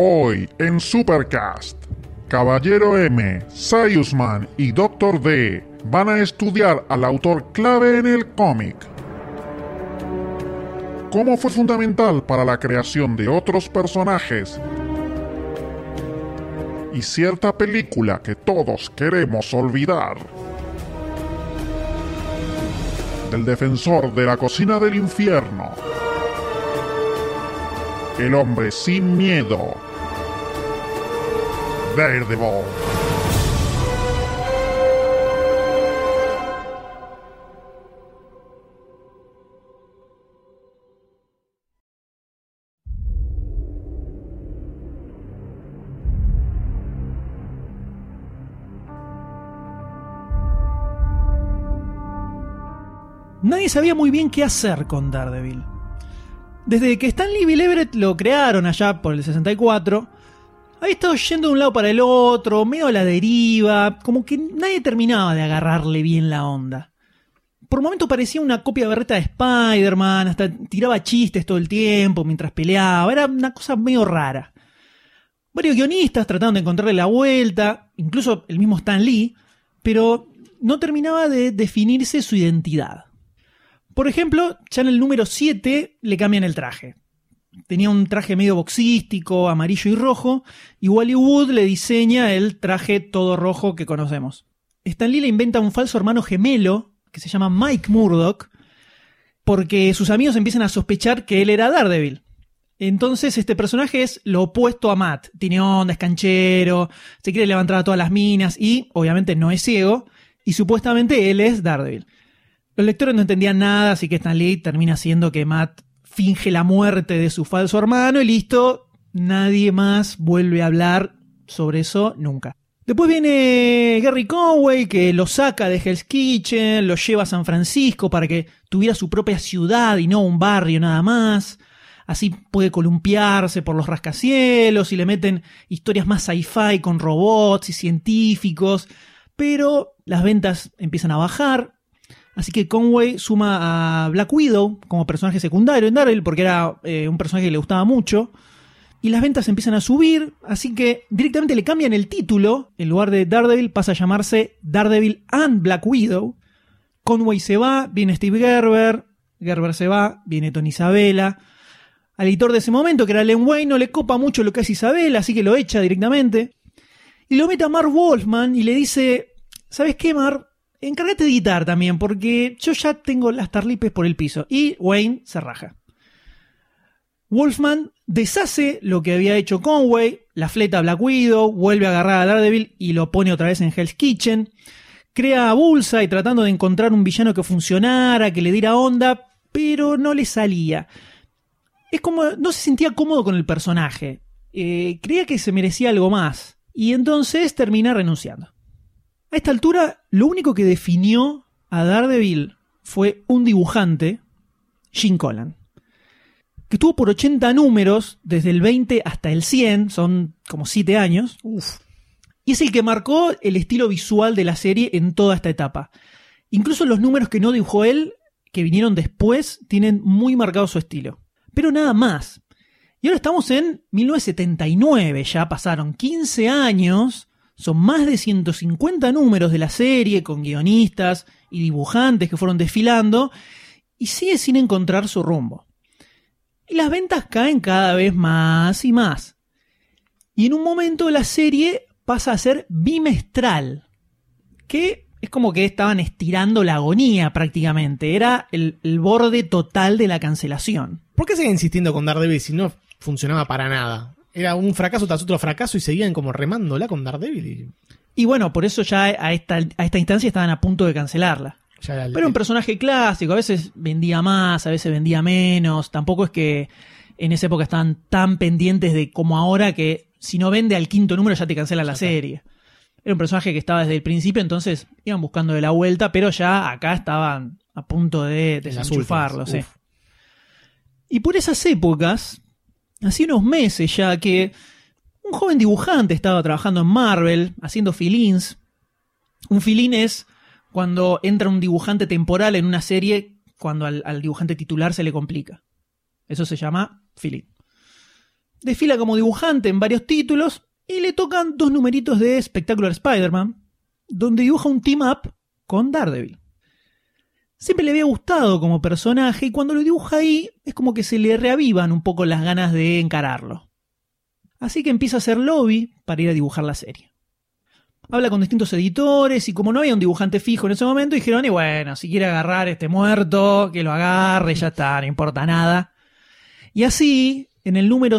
Hoy en Supercast, Caballero M, Sayusman y Doctor D van a estudiar al autor clave en el cómic. ¿Cómo fue fundamental para la creación de otros personajes? Y cierta película que todos queremos olvidar. Del defensor de la cocina del infierno. El hombre sin miedo. Daredevil. Nadie sabía muy bien qué hacer con Daredevil. Desde que Stan Lee y Bill Everett lo crearon allá por el 64, había estado yendo de un lado para el otro, medio a la deriva, como que nadie terminaba de agarrarle bien la onda. Por momentos parecía una copia berreta de Spider-Man, hasta tiraba chistes todo el tiempo mientras peleaba, era una cosa medio rara. Varios guionistas trataron de encontrarle la vuelta, incluso el mismo Stan Lee, pero no terminaba de definirse su identidad. Por ejemplo, ya en el número 7 le cambian el traje. Tenía un traje medio boxístico, amarillo y rojo, y Wally Wood le diseña el traje todo rojo que conocemos. Stan Lee le inventa un falso hermano gemelo, que se llama Mike Murdock, porque sus amigos empiezan a sospechar que él era Daredevil. Entonces este personaje es lo opuesto a Matt. Tiene onda, es canchero, se quiere levantar a todas las minas y, obviamente, no es ciego, y supuestamente él es Daredevil. Los lectores no entendían nada, así que Stan Lee termina haciendo que Matt finge la muerte de su falso hermano y listo, nadie más vuelve a hablar sobre eso nunca. Después viene Gary Conway, que lo saca de Hell's Kitchen, lo lleva a San Francisco para que tuviera su propia ciudad y no un barrio nada más. Así puede columpiarse por los rascacielos y le meten historias más sci-fi con robots y científicos, pero las ventas empiezan a bajar. Así que Conway suma a Black Widow como personaje secundario en Daredevil porque era un personaje que le gustaba mucho. Y las ventas empiezan a subir, así que directamente le cambian el título. En lugar de Daredevil pasa a llamarse Daredevil and Black Widow. Conway se va, viene Steve Gerber. Gerber se va, viene Tony Isabella. Al editor de ese momento, que era Len Wein, no le copa mucho lo que hace Isabella, así que lo echa directamente. Y lo mete a Marv Wolfman y le dice: ¿sabes qué, Marv? Encárgate de editar también, porque yo ya tengo las tarlipes por el piso. Y Wayne se raja. Wolfman deshace lo que había hecho Conway, la fleta a Black Widow, vuelve a agarrar a Daredevil y lo pone otra vez en Hell's Kitchen. Crea a Bullseye tratando de encontrar un villano que funcionara, que le diera onda, pero no le salía. Es como, no se sentía cómodo con el personaje. Creía que se merecía algo más. Y entonces termina renunciando. A esta altura, lo único que definió a Daredevil fue un dibujante, Jim Collan, que estuvo por 80 números, desde el 20 hasta el 100, son como 7 años. Uf. Y es el que marcó el estilo visual de la serie en toda esta etapa. Incluso los números que no dibujó él, que vinieron después, tienen muy marcado su estilo. Pero nada más. Y ahora estamos en 1979, ya pasaron 15 años... Son más de 150 números de la serie con guionistas y dibujantes que fueron desfilando y sigue sin encontrar su rumbo. Y las ventas caen cada vez más y más. Y en un momento la serie pasa a ser bimestral, que es como que estaban estirando la agonía prácticamente. Era el borde total de la cancelación. ¿Por qué siguen insistiendo con Daredevil si no funcionaba para nada? Era un fracaso tras otro fracaso y seguían como remándola con Daredevil. Y bueno, por eso ya a esta instancia estaban a punto de cancelarla. Pero era un personaje clásico, a veces vendía más, a veces vendía menos. Tampoco es que en esa época estaban tan pendientes de como ahora que si no vende al 5º número ya te cancela la serie. Era un personaje que estaba desde el principio, entonces iban buscando de la vuelta, pero ya acá estaban a punto de desenchufarlo. Sí. Y por esas épocas... Hace unos meses ya que un joven dibujante estaba trabajando en Marvel, haciendo fill-ins. Un fill-in es cuando entra un dibujante temporal en una serie cuando al dibujante titular se le complica. Eso se llama fill-in. desfila como dibujante en varios títulos y le tocan 2 numeritos de Spectacular Spider-Man, donde dibuja un team-up con Daredevil. Siempre le había gustado como personaje y cuando lo dibuja ahí es como que se le reavivan un poco las ganas de encararlo. Así que empieza a hacer lobby para ir a dibujar la serie. Habla con distintos editores y como no había un dibujante fijo en ese momento, dijeron, y bueno, si quiere agarrar este muerto, que lo agarre, ya está, no importa nada. Y así, en el número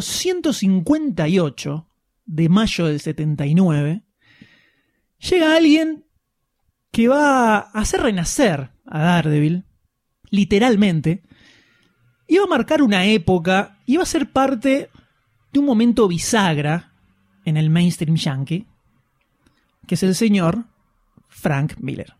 158 de mayo del 79, llega alguien que va a hacer renacer a Daredevil, literalmente, y va a marcar una época y va a ser parte de un momento bisagra en el mainstream yankee, que es el señor Frank Miller.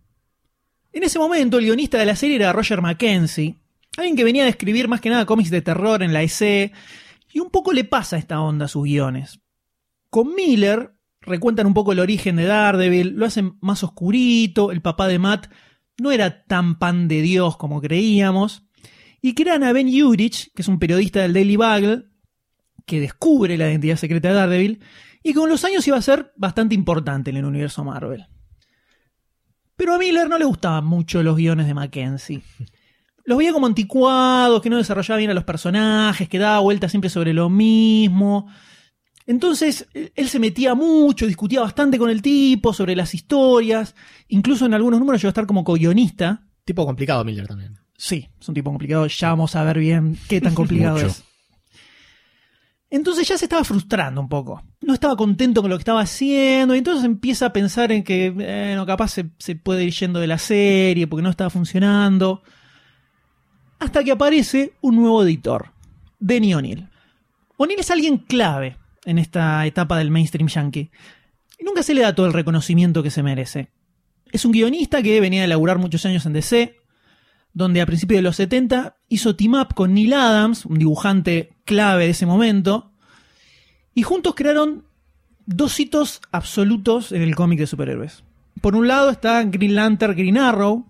En ese momento el guionista de la serie era Roger Mackenzie, alguien que venía de escribir más que nada cómics de terror en la EC, y un poco le pasa esta onda a sus guiones. Con Miller recuentan un poco el origen de Daredevil, lo hacen más oscurito, el papá de Matt no era tan pan de Dios como creíamos, y crean a Ben Urich, que es un periodista del Daily Bugle, que descubre la identidad secreta de Daredevil, y con los años iba a ser bastante importante en el universo Marvel. Pero a Miller no le gustaban mucho los guiones de Mackenzie. Los veía como anticuados, que no desarrollaba bien a los personajes, que daba vueltas siempre sobre lo mismo. Entonces, él se metía mucho, discutía bastante con el tipo sobre las historias. Incluso en algunos números llegó a estar como co-guionista. Tipo complicado Miller también. Sí, es un tipo complicado. Ya vamos a ver bien qué tan complicado es. Entonces ya se estaba frustrando un poco. No estaba contento con lo que estaba haciendo. Y entonces empieza a pensar en que capaz se puede ir yendo de la serie porque no estaba funcionando. Hasta que aparece un nuevo editor, Denny O'Neil. O'Neil es alguien clave en esta etapa del mainstream yankee. Y nunca se le da todo el reconocimiento que se merece. Es un guionista que venía de laburar muchos años en DC, donde a principios de los 70 hizo team up con Neil Adams, un dibujante clave de ese momento, y juntos crearon 2 hitos absolutos en el cómic de superhéroes. Por un lado está Green Lantern, Green Arrow,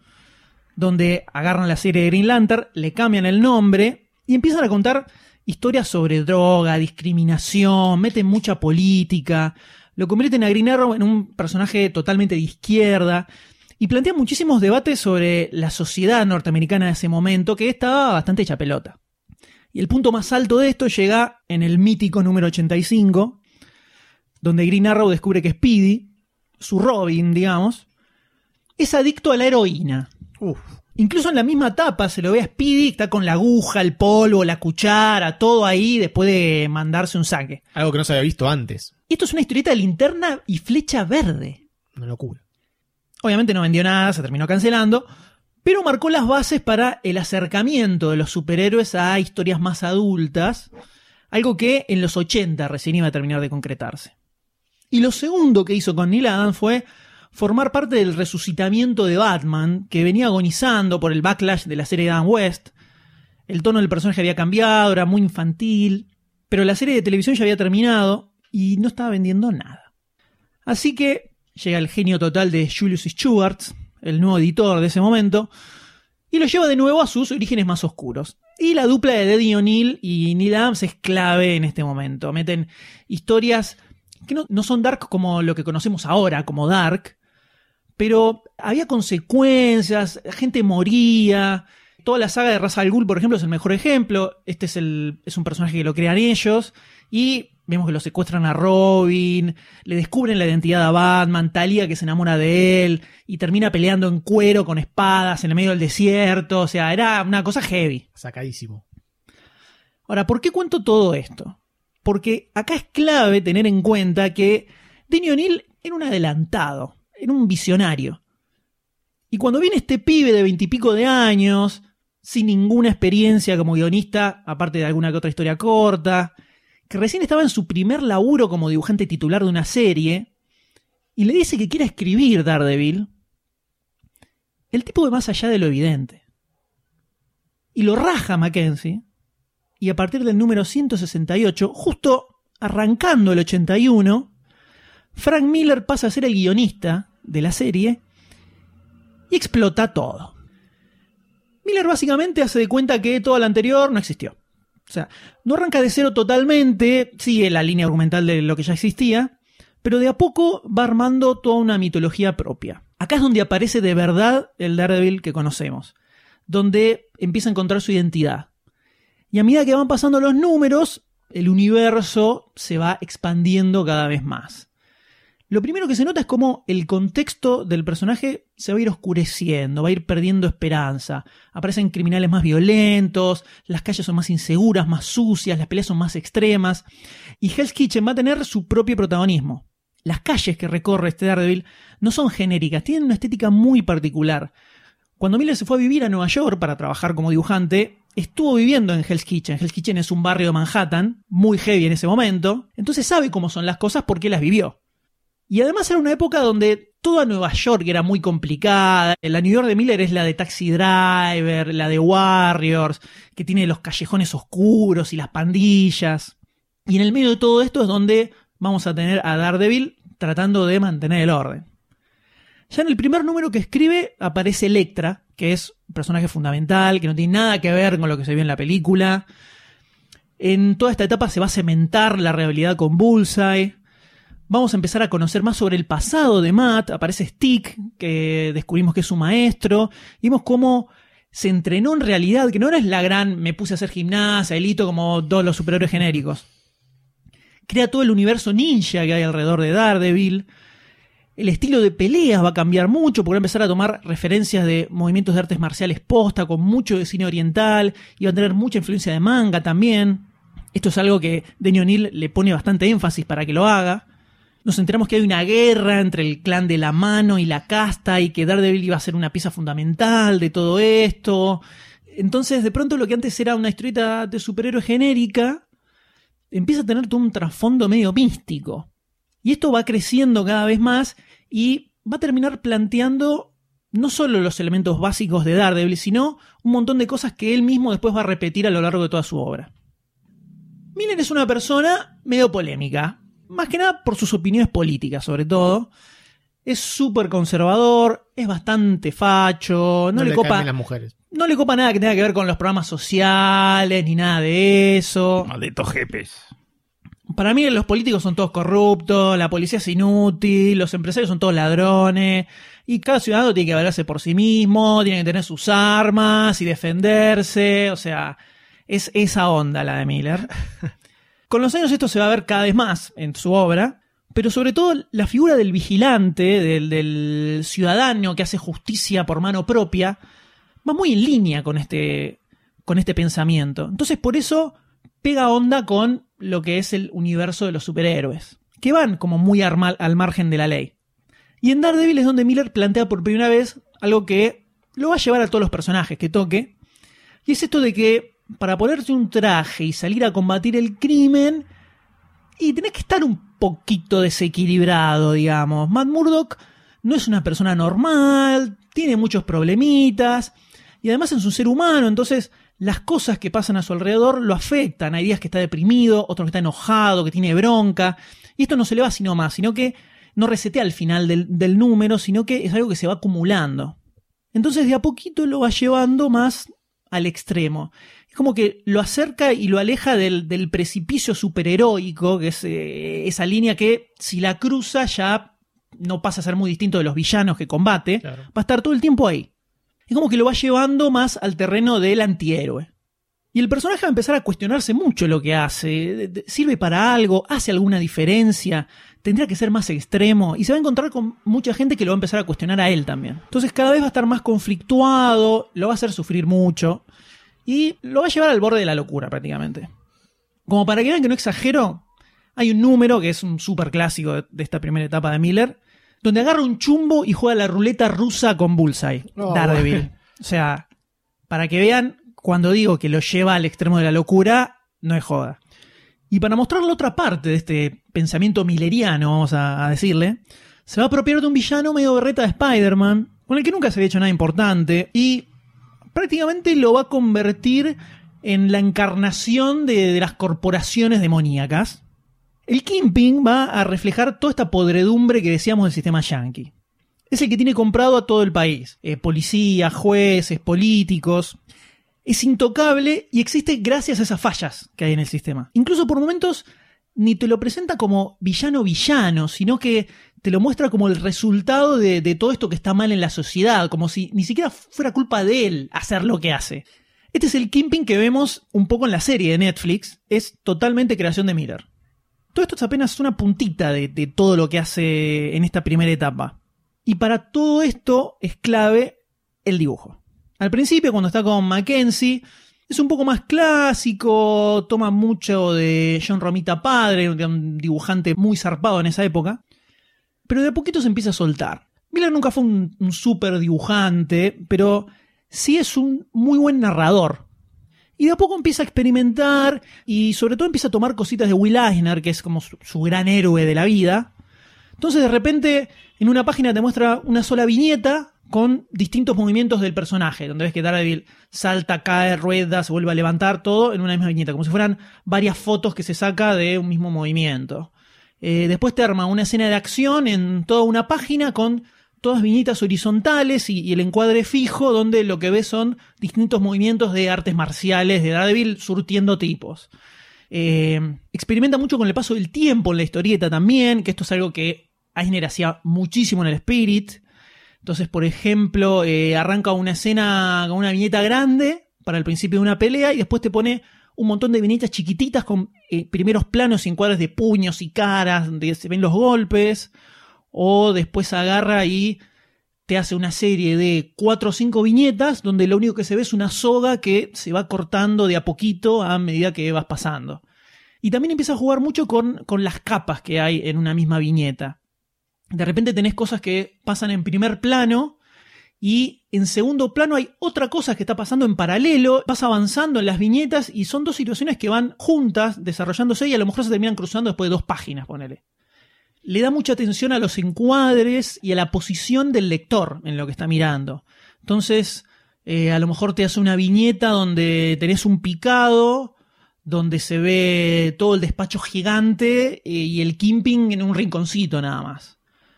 donde agarran la serie de Green Lantern, le cambian el nombre y empiezan a contar historias sobre droga, discriminación, meten mucha política, lo convierten a Green Arrow en un personaje totalmente de izquierda y plantean muchísimos debates sobre la sociedad norteamericana de ese momento, que estaba bastante hecha pelota. Y el punto más alto de esto llega en el mítico número 85, donde Green Arrow descubre que Speedy, su Robin, digamos, es adicto a la heroína. Incluso en la misma tapa se lo ve a Speedy, está con la aguja, el polvo, la cuchara, todo ahí después de mandarse un saque. Algo que no se había visto antes. Esto es una historieta de Linterna y Flecha Verde. Una locura. Obviamente no vendió nada, se terminó cancelando, pero marcó las bases para el acercamiento de los superhéroes a historias más adultas, algo que en los 80 recién iba a terminar de concretarse. Y lo segundo que hizo con Neil Adams fue formar parte del resucitamiento de Batman, que venía agonizando por el backlash de la serie de Adam West. El tono del personaje había cambiado, era muy infantil, pero la serie de televisión ya había terminado y no estaba vendiendo nada. Así que llega el genio total de Julius Stewart, el nuevo editor de ese momento, y lo lleva de nuevo a sus orígenes más oscuros. Y la dupla de Denny O'Neil y Neil Adams es clave en este momento. Meten historias que no son dark como lo que conocemos ahora, como Dark, pero había consecuencias, la gente moría. Toda la saga de Ra's al Ghul, por ejemplo, es el mejor ejemplo. Este es un personaje que lo crean ellos y vemos que lo secuestran a Robin, le descubren la identidad a Batman, Talia que se enamora de él y termina peleando en cuero con espadas en el medio del desierto. O sea, era una cosa heavy. Sacadísimo. Ahora, ¿por qué cuento todo esto? Porque acá es clave tener en cuenta que Denny O'Neil era un adelantado, era un visionario. Y cuando viene este pibe de 20 y pico de años, sin ninguna experiencia como guionista, aparte de alguna que otra historia corta, que recién estaba en su primer laburo como dibujante titular de una serie, y le dice que quiere escribir Daredevil, el tipo va más allá de lo evidente. Y lo raja Mackenzie, y a partir del número 168, justo arrancando el 81, Frank Miller pasa a ser el guionista de la serie y explota todo. Miller básicamente hace de cuenta que todo lo anterior no existió. O sea, no arranca de cero totalmente, sigue la línea argumental de lo que ya existía, pero de a poco va armando toda una mitología propia. Acá es donde aparece de verdad el Daredevil que conocemos, donde empieza a encontrar su identidad. Y a medida que van pasando los números, el universo se va expandiendo cada vez más. Lo primero que se nota es cómo el contexto del personaje se va a ir oscureciendo, va a ir perdiendo esperanza. Aparecen criminales más violentos, las calles son más inseguras, más sucias, las peleas son más extremas. Y Hell's Kitchen va a tener su propio protagonismo. Las calles que recorre este Daredevil no son genéricas, tienen una estética muy particular. Cuando Miller se fue a vivir a Nueva York para trabajar como dibujante, estuvo viviendo en Hell's Kitchen. Hell's Kitchen es un barrio de Manhattan, muy heavy en ese momento, entonces sabe cómo son las cosas porque las vivió. Y además era una época donde toda Nueva York era muy complicada. La New York de Miller es la de Taxi Driver, la de Warriors, que tiene los callejones oscuros y las pandillas. Y en el medio de todo esto es donde vamos a tener a Daredevil tratando de mantener el orden. Ya en el primer número que escribe aparece Elektra, que es un personaje fundamental, que no tiene nada que ver con lo que se vio en la película. En toda esta etapa se va a cementar la rivalidad con Bullseye. Vamos a empezar a conocer más sobre el pasado de Matt. Aparece Stick, que descubrimos que es su maestro. Y vemos cómo se entrenó en realidad, que no era la gran me puse a hacer gimnasia, elito como todos los superhéroes genéricos. Crea todo el universo ninja que hay alrededor de Daredevil. El estilo de peleas va a cambiar mucho, porque va a empezar a tomar referencias de movimientos de artes marciales posta, con mucho de cine oriental, y va a tener mucha influencia de manga también. Esto es algo que Denny O'Neil le pone bastante énfasis para que lo haga. Nos enteramos que hay una guerra entre el clan de la mano y la casta, y que Daredevil iba a ser una pieza fundamental de todo esto. Entonces, de pronto, lo que antes era una historieta de superhéroe genérica, empieza a tener todo un trasfondo medio místico. Y esto va creciendo cada vez más y va a terminar planteando no solo los elementos básicos de Daredevil, sino un montón de cosas que él mismo después va a repetir a lo largo de toda su obra. Miller es una persona medio polémica, más que nada por sus opiniones políticas, sobre todo. Es súper conservador, es bastante facho, no le copa las mujeres. No le copa nada que tenga que ver con los programas sociales, ni nada de eso. Malditos jefes. Para mí los políticos son todos corruptos, la policía es inútil, los empresarios son todos ladrones, y cada ciudadano tiene que valerse por sí mismo, tiene que tener sus armas y defenderse, o sea, es esa onda la de Miller. Con los años esto se va a ver cada vez más en su obra, pero sobre todo la figura del vigilante, del ciudadano que hace justicia por mano propia, va muy en línea con este pensamiento. Entonces por eso pega onda con lo que es el universo de los superhéroes, que van como muy al margen de la ley. Y en Daredevil es donde Miller plantea por primera vez algo que lo va a llevar a todos los personajes que toque, y es esto de que para ponerse un traje y salir a combatir el crimen, y tenés que estar un poquito desequilibrado, digamos. Matt Murdock no es una persona normal, tiene muchos problemitas, y además es un ser humano, entonces las cosas que pasan a su alrededor lo afectan. Hay días que está deprimido, otros que está enojado, que tiene bronca, y esto no se le va así nomás, sino que no resetea al final del número, sino que es algo que se va acumulando. Entonces de a poquito lo va llevando más al extremo. Es como que lo acerca y lo aleja del precipicio superheroico, que es esa línea que si la cruza ya no pasa a ser muy distinto de los villanos que combate, claro. Va a estar todo el tiempo ahí. Es como que lo va llevando más al terreno del antihéroe. Y el personaje va a empezar a cuestionarse mucho lo que hace. ¿Sirve para algo? ¿Hace alguna diferencia? ¿Tendría que ser más extremo? Y se va a encontrar con mucha gente que lo va a empezar a cuestionar a él también. Entonces cada vez va a estar más conflictuado, lo va a hacer sufrir mucho y lo va a llevar al borde de la locura prácticamente. Como para que vean que no exagero, hay un número que es un súper clásico de esta primera etapa de Miller, donde agarra un chumbo y juega la ruleta rusa con Bullseye, Daredevil. Bueno. O sea, para que vean, cuando digo que lo lleva al extremo de la locura, no es joda. Y para mostrar la otra parte de este pensamiento milleriano, vamos a decirle, se va a apropiar de un villano medio berreta de Spider-Man, con el que nunca se había hecho nada importante, y prácticamente lo va a convertir en la encarnación de las corporaciones demoníacas. El Kingpin va a reflejar toda esta podredumbre que decíamos del sistema yankee. Es el que tiene comprado a todo el país. Policías, jueces, políticos. es intocable y existe gracias a esas fallas que hay en el sistema. Incluso por momentos ni te lo presenta como villano, sino que te lo muestra como el resultado de todo esto que está mal en la sociedad, como si ni siquiera fuera culpa de él hacer lo que hace. Este es el Kingpin que vemos un poco en la serie de Netflix, es totalmente creación de Miller. Todo esto es apenas una puntita de todo lo que hace en esta primera etapa. Y para todo esto es clave el dibujo. Al principio, cuando está con Mackenzie, es un poco más clásico, toma mucho de John Romita padre, un dibujante muy zarpado en esa época, pero de a poquito se empieza a soltar. Miller nunca fue un súper dibujante, pero sí es un muy buen narrador. Y de a poco empieza a experimentar y sobre todo empieza a tomar cositas de Will Eisner, que es como su gran héroe de la vida. Entonces de repente en una página te muestra una sola viñeta con distintos movimientos del personaje, donde ves que Daredevil salta, cae, rueda, se vuelve a levantar, todo en una misma viñeta, como si fueran varias fotos que se saca de un mismo movimiento. Después te arma una escena de acción en toda una página con todas viñetas horizontales y el encuadre fijo, donde lo que ves son distintos movimientos de artes marciales de Daredevil surtiendo tipos. Experimenta mucho con el paso del tiempo en la historieta también, que esto es algo que Eisner hacía muchísimo en el Spirit. Entonces, por ejemplo, arranca una escena con una viñeta grande para el principio de una pelea y después te pone un montón de viñetas chiquititas con primeros planos y encuadres de puños y caras donde se ven los golpes. O después agarra y te hace una serie de 4 o 5 viñetas donde lo único que se ve es una soga que se va cortando de a poquito a medida que vas pasando. Y también empieza a jugar mucho con las capas que hay en una misma viñeta. De repente tenés cosas que pasan en primer plano y en segundo plano hay otra cosa que está pasando en paralelo. Vas avanzando en las viñetas y son dos situaciones que van juntas desarrollándose y a lo mejor se terminan cruzando después de 2 páginas, ponele. Le da mucha atención a los encuadres y a la posición del lector en lo que está mirando. Entonces, a lo mejor te hace una viñeta donde tenés un picado, donde se ve todo el despacho gigante y el Kingpin en un rinconcito nada más.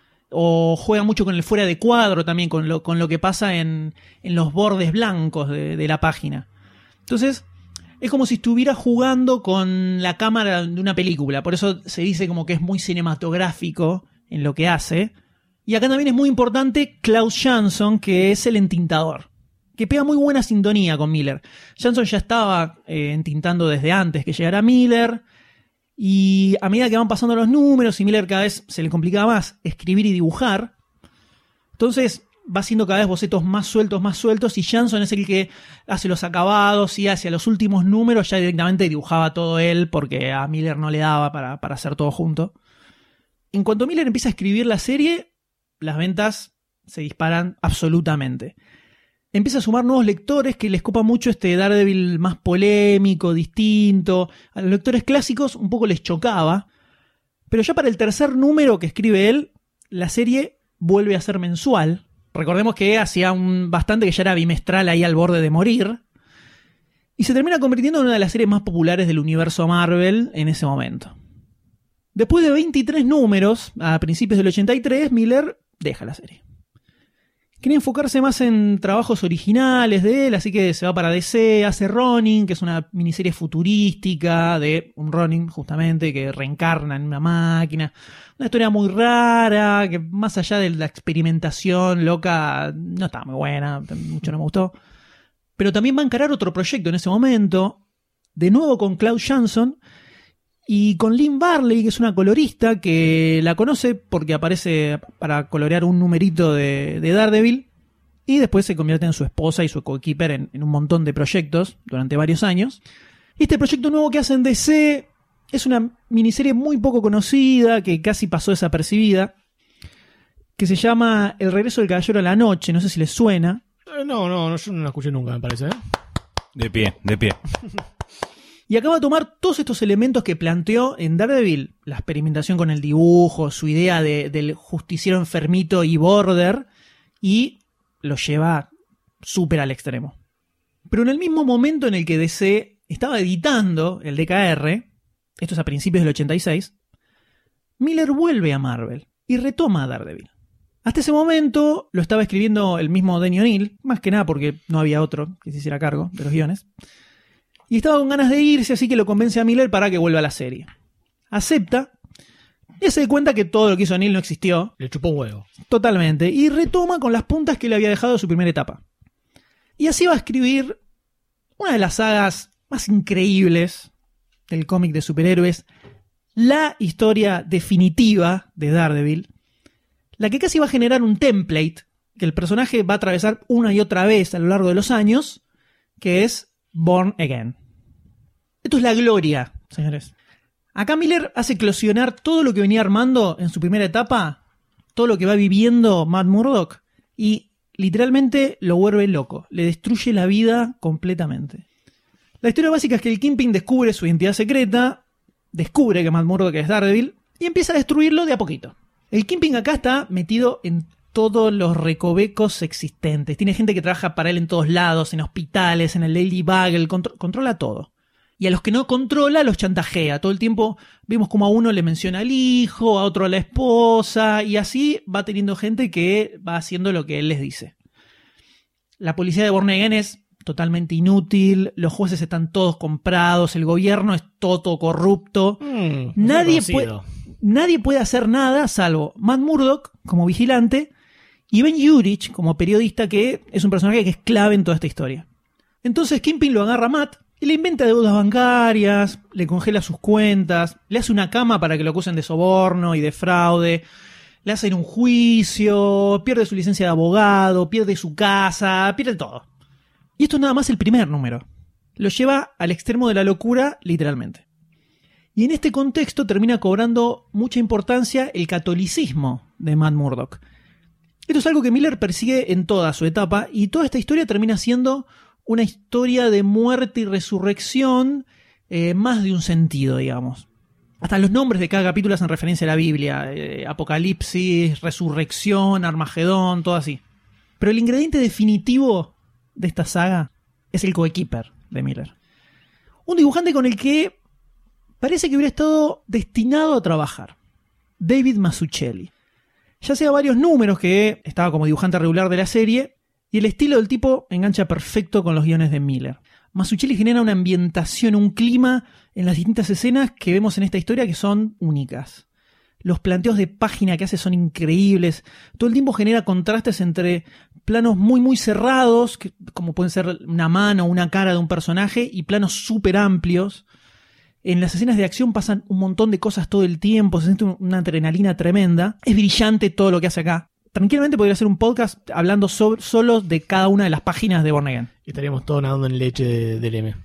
O juega mucho con el fuera de cuadro también, con lo que pasa en los bordes blancos de la página. Entonces, es como si estuviera jugando con la cámara de una película. Por eso se dice como que es muy cinematográfico en lo que hace. Y acá también es muy importante Klaus Jansson, que es el entintador, que pega muy buena sintonía con Miller. Jansson ya estaba entintando desde antes que llegara Miller. Y a medida que van pasando los números y Miller cada vez se le complicaba más escribir y dibujar, entonces va haciendo cada vez bocetos más sueltos y Jansson es el que hace los acabados y hacia los últimos números ya directamente dibujaba todo él porque a Miller no le daba para hacer todo junto. En cuanto Miller empieza a escribir la serie, las ventas se disparan absolutamente. Empieza a sumar nuevos lectores que les copa mucho este Daredevil más polémico, distinto. A los lectores clásicos un poco les chocaba. Pero ya para el tercer número que escribe él, la serie vuelve a ser mensual. Recordemos que hacía bastante que ya era bimestral ahí al borde de morir. Y se termina convirtiendo en una de las series más populares del universo Marvel en ese momento. Después de 23 números, a principios del 83, Miller deja la serie. Quería enfocarse más en trabajos originales de él, así que se va para DC, hace Ronin, que es una miniserie futurística de un Ronin justamente que reencarna en una máquina. Una historia muy rara, que más allá de la experimentación loca, no estaba muy buena, mucho no me gustó. Pero también va a encarar otro proyecto en ese momento, de nuevo con Klaus Jansson, y con Lynn Varley, que es una colorista que la conoce porque aparece para colorear un numerito de Daredevil y después se convierte en su esposa y su coequiper en un montón de proyectos durante varios años. Este proyecto nuevo que hacen DC es una miniserie muy poco conocida, que casi pasó desapercibida, que se llama El regreso del caballero a la noche, no sé si les suena. No, yo no la escuché nunca, me parece. De pie. Y acaba de tomar todos estos elementos que planteó en Daredevil, la experimentación con el dibujo, su idea del justiciero enfermito y border, y lo lleva súper al extremo. Pero en el mismo momento en el que DC estaba editando el DKR, esto es a principios del 86, Miller vuelve a Marvel y retoma a Daredevil. Hasta ese momento lo estaba escribiendo el mismo Denny O'Neil, más que nada porque no había otro que se hiciera cargo de los guiones. Y estaba con ganas de irse, así que lo convence a Miller para que vuelva a la serie. Acepta y se da cuenta que todo lo que hizo O'Neil no existió. Le chupó un huevo. Totalmente. Y retoma con las puntas que le había dejado de su primera etapa. Y así va a escribir una de las sagas más increíbles del cómic de superhéroes, la historia definitiva de Daredevil, la que casi va a generar un template que el personaje va a atravesar una y otra vez a lo largo de los años, que es Born Again. Esto es la gloria, señores. Acá Miller hace eclosionar todo lo que venía armando en su primera etapa, todo lo que va viviendo Matt Murdock, y literalmente lo vuelve loco, le destruye la vida completamente. La historia básica es que el Kingpin descubre su identidad secreta, descubre que Matt Murdock es Daredevil, y empieza a destruirlo de a poquito. El Kingpin acá está metido en todos los recovecos existentes. Tiene gente que trabaja para él en todos lados, en hospitales, en el Daily Bugle, controla todo. Y a los que no controla los chantajea. Todo el tiempo vemos como a uno le menciona al hijo, a otro a la esposa, y así va teniendo gente que va haciendo lo que él les dice. La policía de Born Again es totalmente inútil, los jueces están todos comprados, el gobierno es todo corrupto. Nadie puede hacer nada salvo Matt Murdock como vigilante y Ben Urich como periodista, que es un personaje que es clave en toda esta historia. Entonces Kingpin lo agarra a Matt y le inventa deudas bancarias, le congela sus cuentas, le hace una cama para que lo acusen de soborno y de fraude, le hacen un juicio, pierde su licencia de abogado, pierde su casa, pierde todo. Y esto es nada más el primer número. Lo lleva al extremo de la locura, literalmente. Y en este contexto termina cobrando mucha importancia el catolicismo de Matt Murdock. Esto es algo que Miller persigue en toda su etapa, y toda esta historia termina siendo una historia de muerte y resurrección, más de un sentido, digamos. Hasta los nombres de cada capítulo hacen referencia a la Biblia. Apocalipsis, Resurrección, Armagedón, todo así. Pero el ingrediente definitivo de esta saga es el coequiper de Miller. Un dibujante con el que parece que hubiera estado destinado a trabajar. David Mazzucchelli. Ya hacía varios números que estaba como dibujante regular de la serie, y el estilo del tipo engancha perfecto con los guiones de Miller. Mazzucchelli genera una ambientación, un clima en las distintas escenas que vemos en esta historia que son únicas. Los planteos de página que hace son increíbles. Todo el tiempo genera contrastes entre planos muy muy cerrados, que, como pueden ser una mano o una cara de un personaje, y planos súper amplios. En las escenas de acción pasan un montón de cosas todo el tiempo, se siente una adrenalina tremenda. Es brillante todo lo que hace acá. Tranquilamente podría hacer un podcast hablando solo de cada una de las páginas de Born Again. Estaríamos todos nadando en leche del M.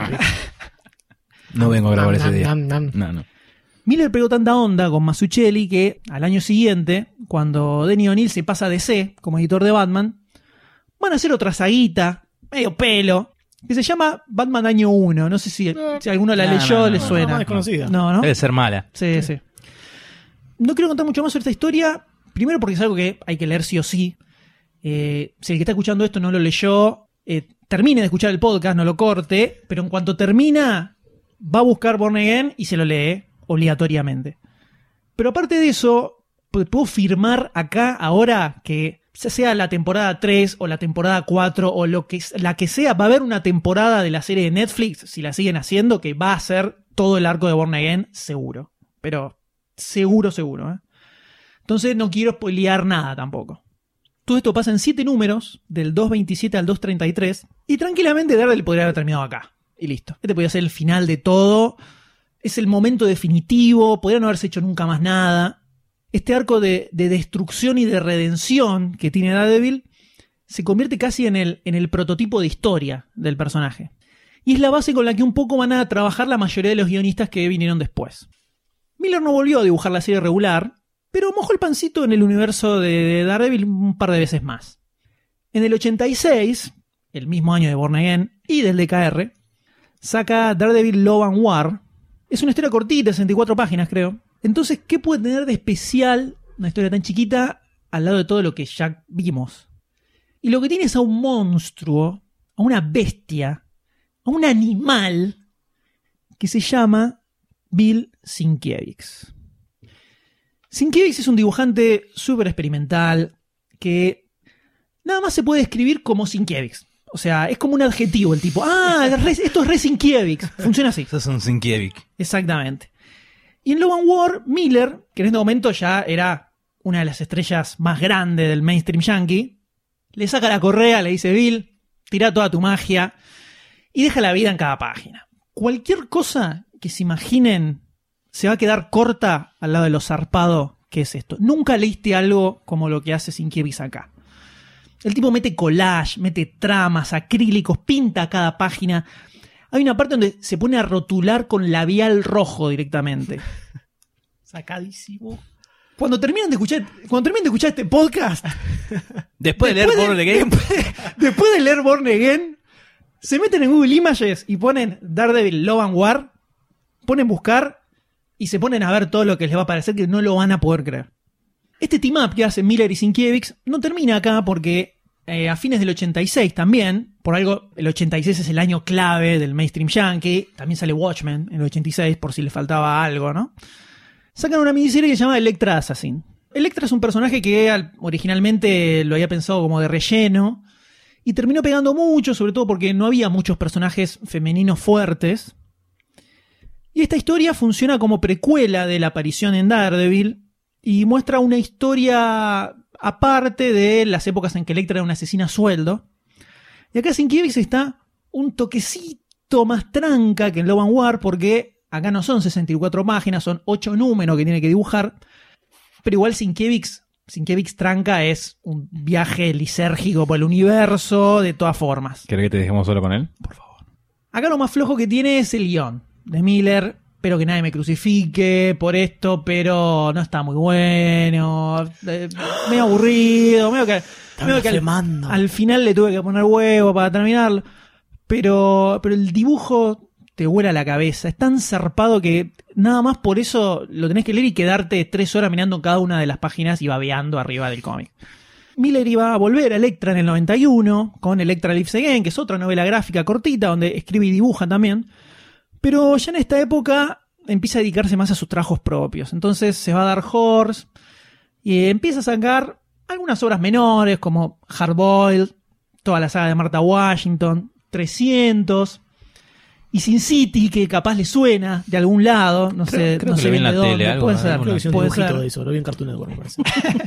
No vengo a grabar ese día. No. Miller pegó tanta onda con Mazzucchelli que al año siguiente, cuando Denny O'Neil se pasa a DC como editor de Batman, van a hacer otra saguita, medio pelo, que se llama Batman Año 1. No sé si alguno la leyó, le suena. No, desconocida. No. Debe ser mala. Sí. No quiero contar mucho más sobre esta historia. Primero porque es algo que hay que leer sí o sí. Si el que está escuchando esto no lo leyó, termine de escuchar el podcast, no lo corte, pero en cuanto termina, va a buscar Born Again y se lo lee obligatoriamente. Pero aparte de eso, puedo firmar acá, ahora, que sea la temporada 3 o la temporada 4 o la que sea, va a haber una temporada de la serie de Netflix, si la siguen haciendo, que va a ser todo el arco de Born Again, seguro. Pero seguro, ¿eh? Entonces no quiero spoilear nada tampoco. Todo esto pasa en 7 números, del 227 al 233, y tranquilamente Daredevil podría haber terminado acá. Y listo. Este podría ser el final de todo. Es el momento definitivo, podrían no haberse hecho nunca más nada. Este arco de destrucción y de redención que tiene Daredevil se convierte casi en el prototipo de historia del personaje. Y es la base con la que un poco van a trabajar la mayoría de los guionistas que vinieron después. Miller no volvió a dibujar la serie regular, pero mojó el pancito en el universo de Daredevil un par de veces más. En el 86, el mismo año de Born Again y del DKR, saca Daredevil Love and War. Es una historia cortita, 64 páginas creo. Entonces, ¿qué puede tener de especial una historia tan chiquita al lado de todo lo que ya vimos? Y lo que tiene es a un monstruo, a una bestia, a un animal que se llama Bill Sienkiewicz. Sienkiewicz es un dibujante súper experimental que nada más se puede describir como Sienkiewicz. O sea, es como un adjetivo el tipo. Esto es re Sienkiewicz. Funciona así. Eso es un Sienkiewicz. Exactamente. Y en Love and War, Miller, que en este momento ya era una de las estrellas más grandes del mainstream yankee, le saca la correa, le dice: Bill, tira toda tu magia y deja la vida en cada página. Cualquier cosa que se imaginen se va a quedar corta al lado de lo zarpado que es esto. Nunca leíste algo como lo que hace Sienkiewicz acá. El tipo mete collage, mete tramas, acrílicos, pinta cada página. Hay una parte donde se pone a rotular con labial rojo directamente. Sacadísimo. Cuando terminen de escuchar este podcast, Después de leer Born Again, después de leer Born Again, se meten en Google Images y ponen Daredevil Love and War, ponen buscar y se ponen a ver todo lo que les va a parecer, que no lo van a poder creer. Este team up que hacen Miller y Sienkiewicz no termina acá porque a fines del 86 también, por algo el 86 es el año clave del mainstream yankee, también sale Watchmen en el 86 por si le faltaba algo, ¿no? Sacan una miniserie que se llama Elektra Assassin. Elektra es un personaje que originalmente lo había pensado como de relleno y terminó pegando mucho, sobre todo porque no había muchos personajes femeninos fuertes. Y esta historia funciona como precuela de la aparición en Daredevil y muestra una historia aparte de las épocas en que Elektra era una asesina a sueldo. Y acá Sienkiewicz está un toquecito más tranca que en Love and War, porque acá no son 64 páginas, son 8 números que tiene que dibujar. Pero igual Sienkiewicz tranca es un viaje lisérgico por el universo, de todas formas. ¿Querés que te dejemos solo con él? Por favor. Acá lo más flojo que tiene es el guión de Miller. Espero que nadie me crucifique por esto, pero no está muy bueno. Medio aburrido. Medio que al final le tuve que poner huevo para terminarlo. Pero el dibujo te vuela la cabeza. Es tan zarpado que nada más por eso lo tenés que leer y quedarte 3 horas mirando cada una de las páginas y babeando arriba del cómic. Miller iba a volver a Elektra en el 91 con Elektra Lives Again, que es otra novela gráfica cortita donde escribe y dibuja también. Pero ya en esta época empieza a dedicarse más a sus trabajos propios. Entonces se va a Dark Horse y empieza a sacar algunas obras menores como Hard Boiled, toda la saga de Martha Washington, 300 y Sin City, que capaz le suena de algún lado. No sé que bien en la de dónde. tele, algo, puede ser, Creo que es un puede dibujito ser. de eso, lo vi en Cartoon Network, me parece.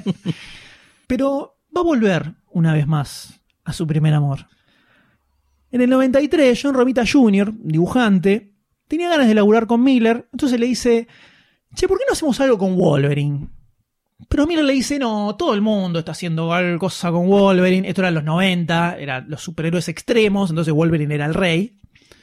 Pero va a volver una vez más a su primer amor. En el 93, John Romita Jr., dibujante, tenía ganas de laburar con Miller, entonces le dice: che, ¿por qué no hacemos algo con Wolverine? Pero Miller le dice: no, todo el mundo está haciendo algo cosa con Wolverine. Esto era en los 90, eran los superhéroes extremos, entonces Wolverine era el rey.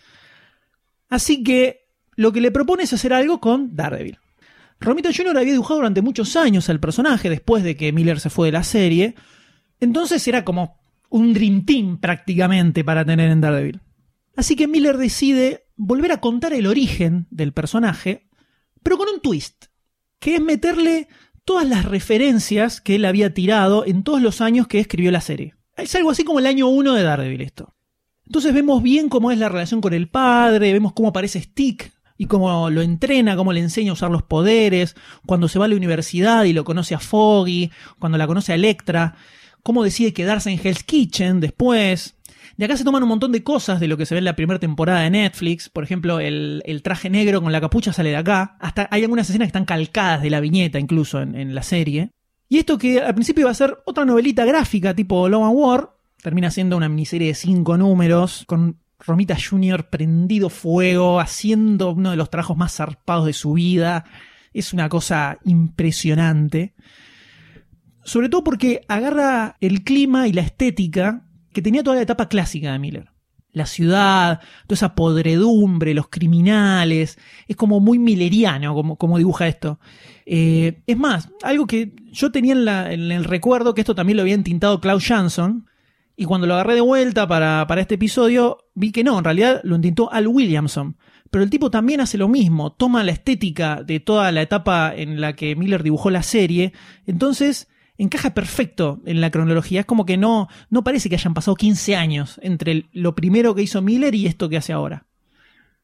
Así que lo que le propone es hacer algo con Daredevil. Romita Jr. había dibujado durante muchos años al personaje después de que Miller se fue de la serie, entonces era como un Dream Team prácticamente para tener en Daredevil. Así que Miller decide volver a contar el origen del personaje, pero con un twist, que es meterle todas las referencias que él había tirado en todos los años que escribió la serie. Es algo así como el año 1 de Daredevil esto. Entonces vemos bien cómo es la relación con el padre, vemos cómo aparece Stick y cómo lo entrena, cómo le enseña a usar los poderes, cuando se va a la universidad y lo conoce a Foggy, cuando la conoce a Elektra, cómo decide quedarse en Hell's Kitchen después. De acá se toman un montón de cosas de lo que se ve en la primera temporada de Netflix. Por ejemplo, el traje negro con la capucha sale de acá. Hasta hay algunas escenas que están calcadas de la viñeta incluso en la serie. Y esto que al principio iba a ser otra novelita gráfica tipo Love and War, termina siendo una miniserie de 5 números con Romita Jr. prendido fuego, haciendo uno de los trabajos más zarpados de su vida. Es una cosa impresionante. Sobre todo porque agarra el clima y la estética que tenía toda la etapa clásica de Miller. La ciudad, toda esa podredumbre, los criminales. Es como muy milleriano como dibuja esto. Es más, algo que yo tenía en el recuerdo, que esto también lo había entintado Klaus Jansson, y cuando lo agarré de vuelta para este episodio, vi que no, en realidad lo entintó Al Williamson. Pero el tipo también hace lo mismo, toma la estética de toda la etapa en la que Miller dibujó la serie, entonces encaja perfecto en la cronología. Es como que no parece que hayan pasado 15 años entre lo primero que hizo Miller y esto que hace ahora.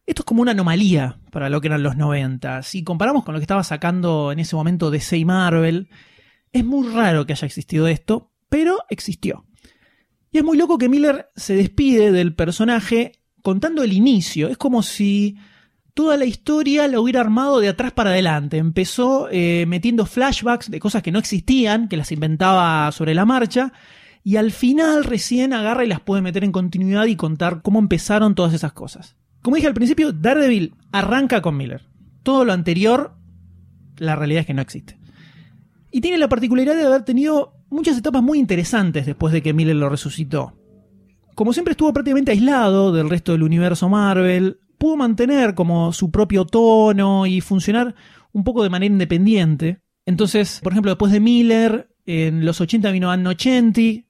Esto es como una anomalía para lo que eran los 90. Si comparamos con lo que estaba sacando en ese momento DC y Marvel, es muy raro que haya existido esto, pero existió. Y es muy loco que Miller se despide del personaje contando el inicio. Es como si toda la historia la hubiera armado de atrás para adelante. Empezó metiendo flashbacks de cosas que no existían, que las inventaba sobre la marcha, y al final recién agarra y las puede meter en continuidad y contar cómo empezaron todas esas cosas. Como dije al principio, Daredevil arranca con Miller. Todo lo anterior, la realidad es que no existe. Y tiene la particularidad de haber tenido muchas etapas muy interesantes después de que Miller lo resucitó. Como siempre estuvo prácticamente aislado del resto del universo Marvel, pudo mantener como su propio tono y funcionar un poco de manera independiente. Entonces, por ejemplo, después de Miller, en los 80 vino Ann Nocenti,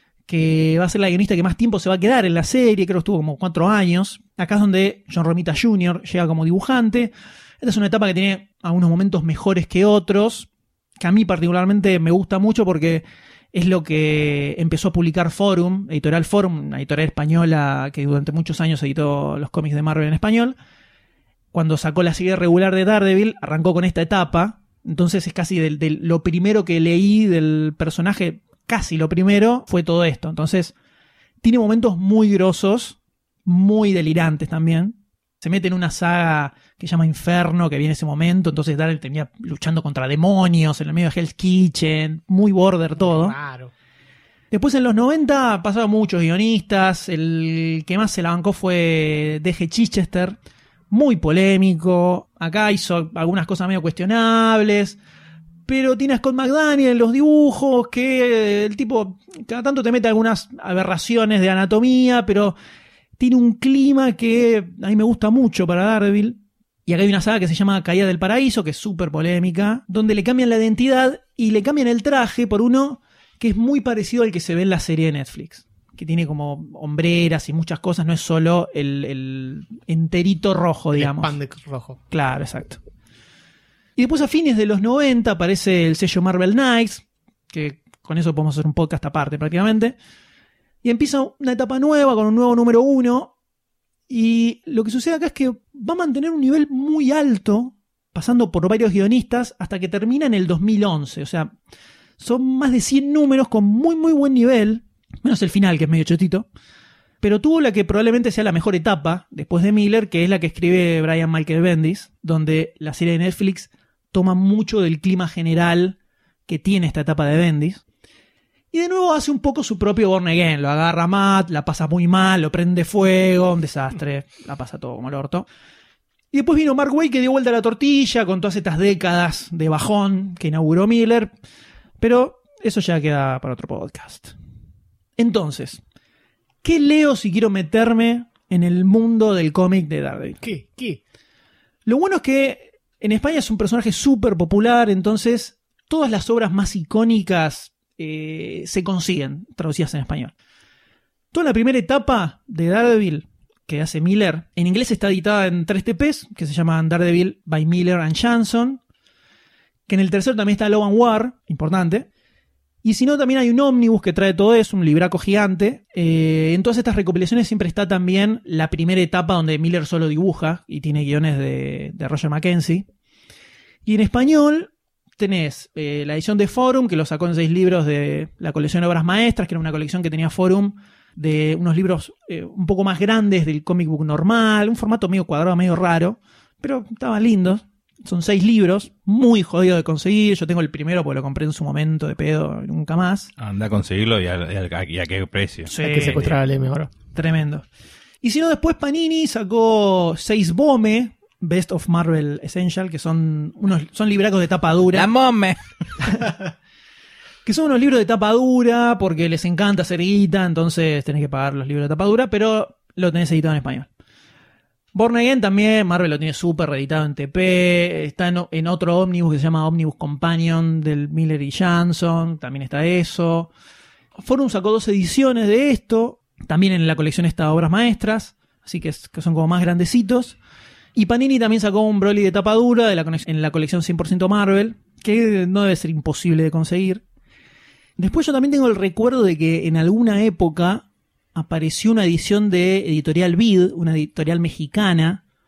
que va a ser la guionista que más tiempo se va a quedar en la serie, creo que estuvo como 4 años. Acá es donde John Romita Jr. llega como dibujante. Esta es una etapa que tiene algunos momentos mejores que otros, que a mí particularmente me gusta mucho porque es lo que empezó a publicar Forum, Editorial Forum, una editorial española que durante muchos años editó los cómics de Marvel en español. Cuando sacó la serie regular de Daredevil, arrancó con esta etapa. Entonces es casi de lo primero que leí del personaje, casi lo primero, fue todo esto. Entonces tiene momentos muy grosos, muy delirantes también. Se mete en una saga que se llama Inferno, que viene en ese momento. Entonces Daredevil termina luchando contra demonios en el medio de Hell's Kitchen. Muy border todo. Claro. Después en los 90 pasaron muchos guionistas. El que más se la bancó fue D.G. Chichester. Muy polémico. Acá hizo algunas cosas medio cuestionables. Pero tiene a Scott McDaniel en los dibujos, que el tipo cada tanto te mete algunas aberraciones de anatomía, pero tiene un clima que a mí me gusta mucho para Daredevil. Y acá hay una saga que se llama Caída del Paraíso, que es súper polémica, donde le cambian la identidad y le cambian el traje por uno que es muy parecido al que se ve en la serie de Netflix, que tiene como hombreras y muchas cosas, no es solo el enterito rojo, digamos. El spandex rojo. Claro, exacto. Y después a fines de los 90 aparece el sello Marvel Knights, que con eso podemos hacer un podcast aparte prácticamente. Y empieza una etapa nueva con un nuevo número 1. Y lo que sucede acá es que va a mantener un nivel muy alto, pasando por varios guionistas, hasta que termina en el 2011. O sea, son más de 100 números con muy muy buen nivel, menos el final, que es medio chotito. Pero tuvo la que probablemente sea la mejor etapa después de Miller, que es la que escribe Brian Michael Bendis, donde la serie de Netflix toma mucho del clima general que tiene esta etapa de Bendis. Y de nuevo hace un poco su propio Born Again. Lo agarra Matt, la pasa muy mal, lo prende fuego, un desastre, la pasa todo como el orto. Y después vino Mark Waid, que dio vuelta a la tortilla con todas estas décadas de bajón que inauguró Miller. Pero eso ya queda para otro podcast. Entonces, ¿qué leo si quiero meterme en el mundo del cómic de Daredevil? ¿Qué? Lo bueno es que en España es un personaje súper popular, entonces todas las obras más icónicas se consiguen traducidas en español. Toda la primera etapa de Daredevil que hace Miller, en inglés está editada en 3 TPs, que se llaman Daredevil by Miller and Janson, que en el tercero también está Love and War, importante. Y si no, también hay un ómnibus que trae todo eso, un libraco gigante. En todas estas recopilaciones siempre está también la primera etapa donde Miller solo dibuja y tiene guiones de Roger Mackenzie. Y en español tenés la edición de Forum, que lo sacó en 6 libros de la colección de obras maestras, que era una colección que tenía Forum de unos libros un poco más grandes del comic book normal, un formato medio cuadrado, medio raro, pero estaban lindos. Son 6 libros, muy jodido de conseguir. Yo tengo el primero porque lo compré en su momento de pedo, nunca más. Anda a conseguirlo y a qué precio. Sí, Hay que secuestrar a Leme ahora. tremendo. Y si no, después Panini sacó 6 Bome, Best of Marvel Essential, que son libracos de tapa dura. ¡La mome! Que son unos libros de tapa dura porque les encanta hacer guita, entonces tenés que pagar los libros de tapa dura, pero lo tenés editado en español. Born Again también, Marvel lo tiene súper reeditado en TP, está en otro ómnibus que se llama Omnibus Companion del Miller y Janson, también está eso. Forum sacó 2 ediciones de esto, también en la colección está Obras Maestras, así que son como más grandecitos. Y Panini también sacó un Broly de tapa dura en la colección 100% Marvel, que no debe ser imposible de conseguir. Después yo también tengo el recuerdo de que en alguna época apareció una edición de Editorial Vid, una editorial mexicana,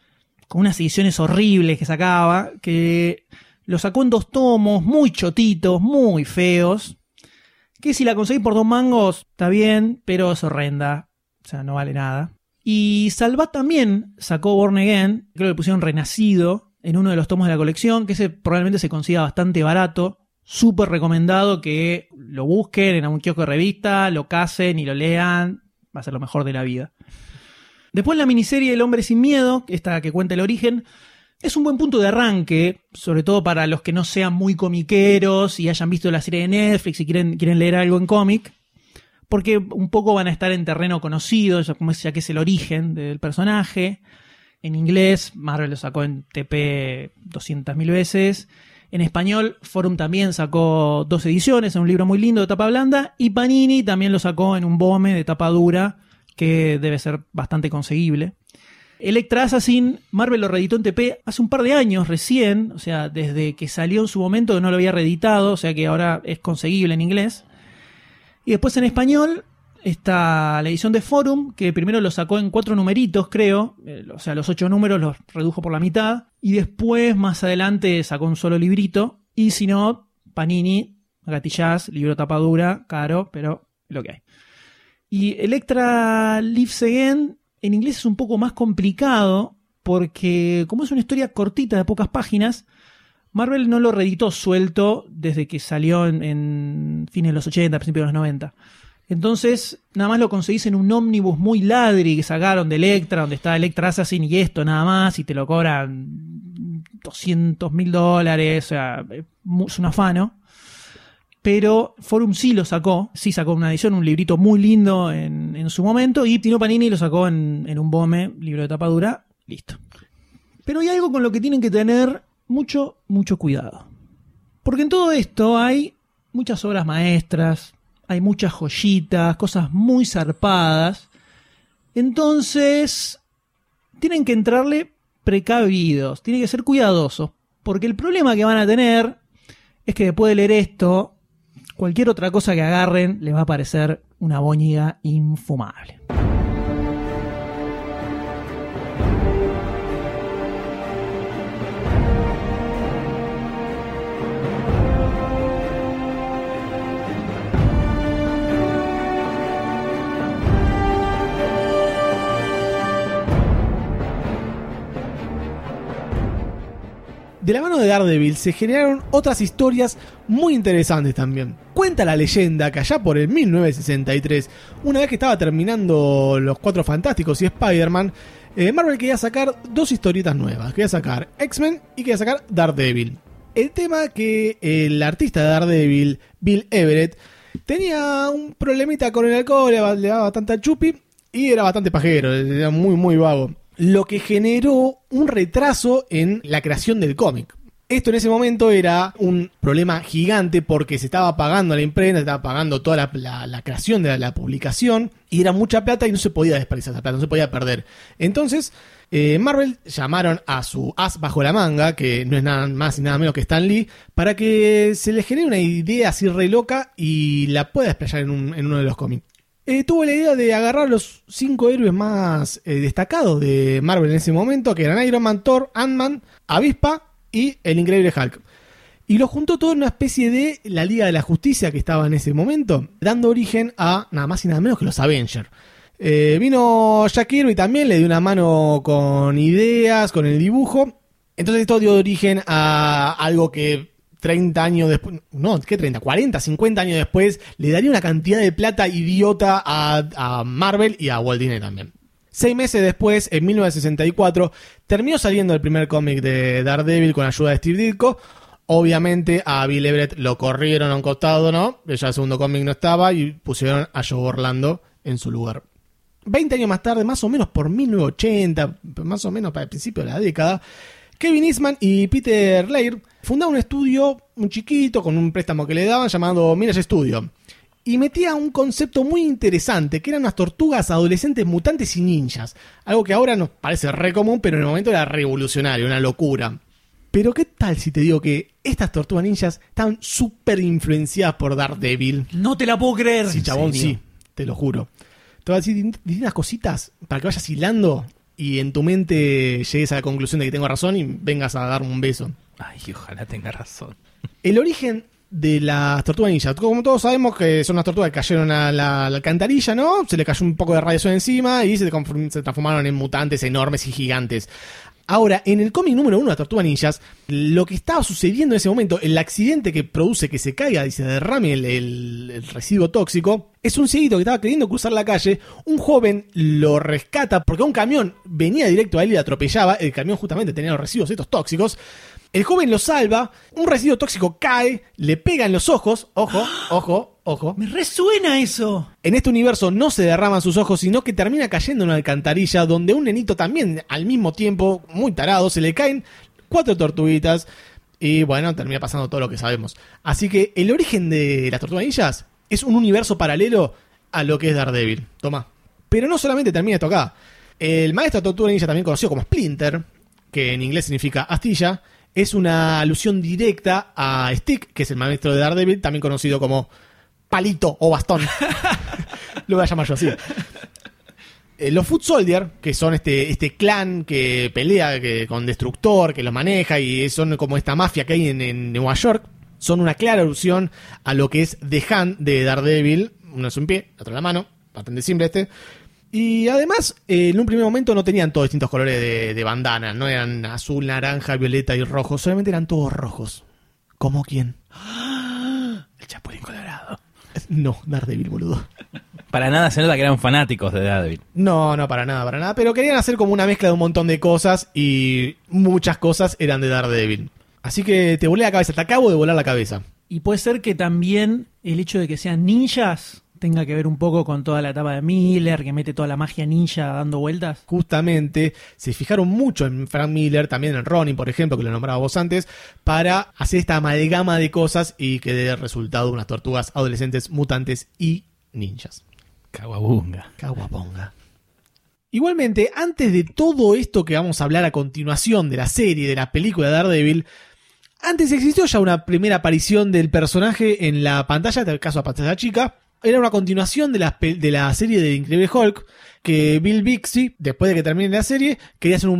con unas ediciones horribles que sacaba, que lo sacó en 2 tomos, muy chotitos, muy feos, que si la conseguís por 2 mangos está bien, pero es horrenda, o sea, no vale nada. Y Salvat también sacó Born Again, creo que le pusieron Renacido en uno de los tomos de la colección, que ese probablemente se consiga bastante barato. Súper recomendado que lo busquen en algún kiosco de revista, lo casen y lo lean. Va a ser lo mejor de la vida. Después la miniserie El Hombre Sin Miedo, esta que cuenta el origen, es un buen punto de arranque, sobre todo para los que no sean muy comiqueros y hayan visto la serie de Netflix y quieren leer algo en cómic, porque un poco van a estar en terreno conocido, ya que es el origen del personaje. En inglés, Marvel lo sacó en TP 200.000 veces. En español, Forum también sacó 2 ediciones en un libro muy lindo de tapa blanda. Y Panini también lo sacó en un BOME de tapa dura, que debe ser bastante conseguible. Electra Assassin, Marvel lo reeditó en TP hace un par de años recién. O sea, desde que salió en su momento que no lo había reeditado. O sea que ahora es conseguible en inglés. Y después en español está la edición de Forum, que primero lo sacó en 4 numeritos, creo. O sea, los 8 números los redujo por la mitad. Y después, más adelante, sacó un solo librito. Y si no, Panini, gatillás, libro tapadura, caro, pero lo que hay. Y Electra Lives Again, en inglés es un poco más complicado, porque como es una historia cortita de pocas páginas, Marvel no lo reeditó suelto desde que salió en fines de los 80, principios de los 90. Entonces, nada más lo conseguís en un ómnibus muy ladri que sacaron de Electra, donde está Electra Assassin y esto nada más, y te lo cobran $200.000, o sea, es un afano. Pero Forum sí sacó una edición, un librito muy lindo en su momento, y Tino Panini lo sacó en un BOME, libro de tapa dura, listo. Pero hay algo con lo que tienen que tener mucho cuidado. Porque en todo esto hay muchas obras maestras, hay muchas joyitas, cosas muy zarpadas. Entonces, tienen que entrarle precavidos, tienen que ser cuidadosos. Porque el problema que van a tener es que después de leer esto, cualquier otra cosa que agarren les va a parecer una boñiga infumable. De la mano de Daredevil se generaron otras historias muy interesantes también. Cuenta la leyenda que allá por el 1963, una vez que estaba terminando Los Cuatro Fantásticos y Spider-Man, Marvel quería sacar 2 historietas nuevas. Quería sacar X-Men y quería sacar Daredevil. El tema que el artista de Daredevil, Bill Everett, tenía un problemita con el alcohol, le daba tanta chupi y era bastante pajero, era muy vago. Lo que generó un retraso en la creación del cómic. Esto en ese momento era un problema gigante porque se estaba pagando la imprenta, se estaba pagando toda la creación de la publicación y era mucha plata y no se podía desperdiciar esa plata, no se podía perder. Entonces, Marvel llamaron a su as bajo la manga, que no es nada más y nada menos que Stan Lee, para que se le genere una idea así re loca y la pueda desplayar en uno de los cómics. Tuvo la idea de agarrar los 5 héroes más destacados de Marvel en ese momento, que eran Iron Man, Thor, Ant-Man, Avispa y el Increíble Hulk. Y lo juntó todo en una especie de la Liga de la Justicia que estaba en ese momento, dando origen a nada más y nada menos que los Avengers. Vino Jack Kirby también, le dio una mano con ideas, con el dibujo. Entonces esto dio origen a algo que 30 años después, no, ¿qué 30? 40, 50 años después, le daría una cantidad de plata idiota a Marvel y a Walt Disney también. 6 meses después, en 1964, terminó saliendo el primer cómic de Daredevil con ayuda de Steve Ditko. Obviamente a Bill Everett lo corrieron a un costado, ¿no? Ya el segundo cómic no estaba y pusieron a Joe Orlando en su lugar. 20 años más tarde, más o menos por 1980, más o menos para el principio de la década, Kevin Eastman y Peter Laird fundaron un estudio, un chiquito, con un préstamo que le daban, llamado Mirage Studio. Y metía un concepto muy interesante, que eran unas tortugas adolescentes mutantes y ninjas. Algo que ahora nos parece re común, pero en el momento era revolucionario, una locura. Pero ¿qué tal si te digo que estas tortugas ninjas estaban súper influenciadas por Daredevil? No te la puedo creer. Sí, chabón, sí, te lo juro. Te voy a decir distintas cositas para que vayas hilando y en tu mente llegues a la conclusión de que tengo razón y vengas a darme un beso. Ay, ojalá tenga razón. El origen de las tortugas ninja, como todos sabemos que son unas tortugas que cayeron a la alcantarilla, ¿no? Se le cayó un poco de radiación encima y se transformaron en mutantes enormes y gigantes. Ahora, en el cómic número 1 de las Tortugas Ninjas, lo que estaba sucediendo en ese momento, el accidente que produce que se caiga y se derrame el residuo tóxico, es un cieguito que estaba queriendo cruzar la calle, un joven lo rescata porque un camión venía directo a él y lo atropellaba, el camión justamente tenía los residuos estos tóxicos, el joven lo salva, un residuo tóxico cae, le pega en los ojos, ojo. Me resuena eso. En este universo no se derraman sus ojos, sino que termina cayendo en una alcantarilla donde un nenito también, al mismo tiempo, muy tarado, se le caen 4 tortuguitas y bueno, termina pasando todo lo que sabemos. Así que el origen de las Tortugas Ninjas es un universo paralelo a lo que es Daredevil. Toma. Pero no solamente termina esto acá. El maestro Tortuga Ninja, también conocido como Splinter, que en inglés significa astilla, es una alusión directa a Stick, que es el maestro de Daredevil, también conocido como palito o bastón. Lo voy a llamar yo así. Los Foot Soldier, que son este clan que pelea con Destructor, que los maneja y son como esta mafia que hay en Nueva York, son una clara alusión a lo que es The Hand de Daredevil. Uno es un pie, el otro en la mano, bastante simple este. Y además, en un primer momento no tenían todos distintos colores de bandana, no eran azul, naranja, violeta y rojo, solamente eran todos rojos. ¿Cómo quién? El Chapulín Colorado. No, Daredevil, boludo. Para nada se nota que eran fanáticos de Daredevil. No, para nada. Pero querían hacer como una mezcla de un montón de cosas y muchas cosas eran de Daredevil. Así que te volé la cabeza, te acabo de volar la cabeza. Y puede ser que también el hecho de que sean ninjas tenga que ver un poco con toda la etapa de Miller, que mete toda la magia ninja dando vueltas. Justamente, se fijaron mucho en Frank Miller, también en Ronin, por ejemplo, que lo nombraba vos antes, para hacer esta amalgama de cosas y que dé resultado unas tortugas adolescentes, mutantes y ninjas. Caguabunga. Caguaponga. Igualmente, antes de todo esto que vamos a hablar a continuación de la serie, de la película de Daredevil, antes existió ya una primera aparición del personaje en la pantalla, en este caso a pantalla chica. Era una continuación de la serie de Increíble Hulk, que Bill Bixby, después de que termine la serie, quería hacer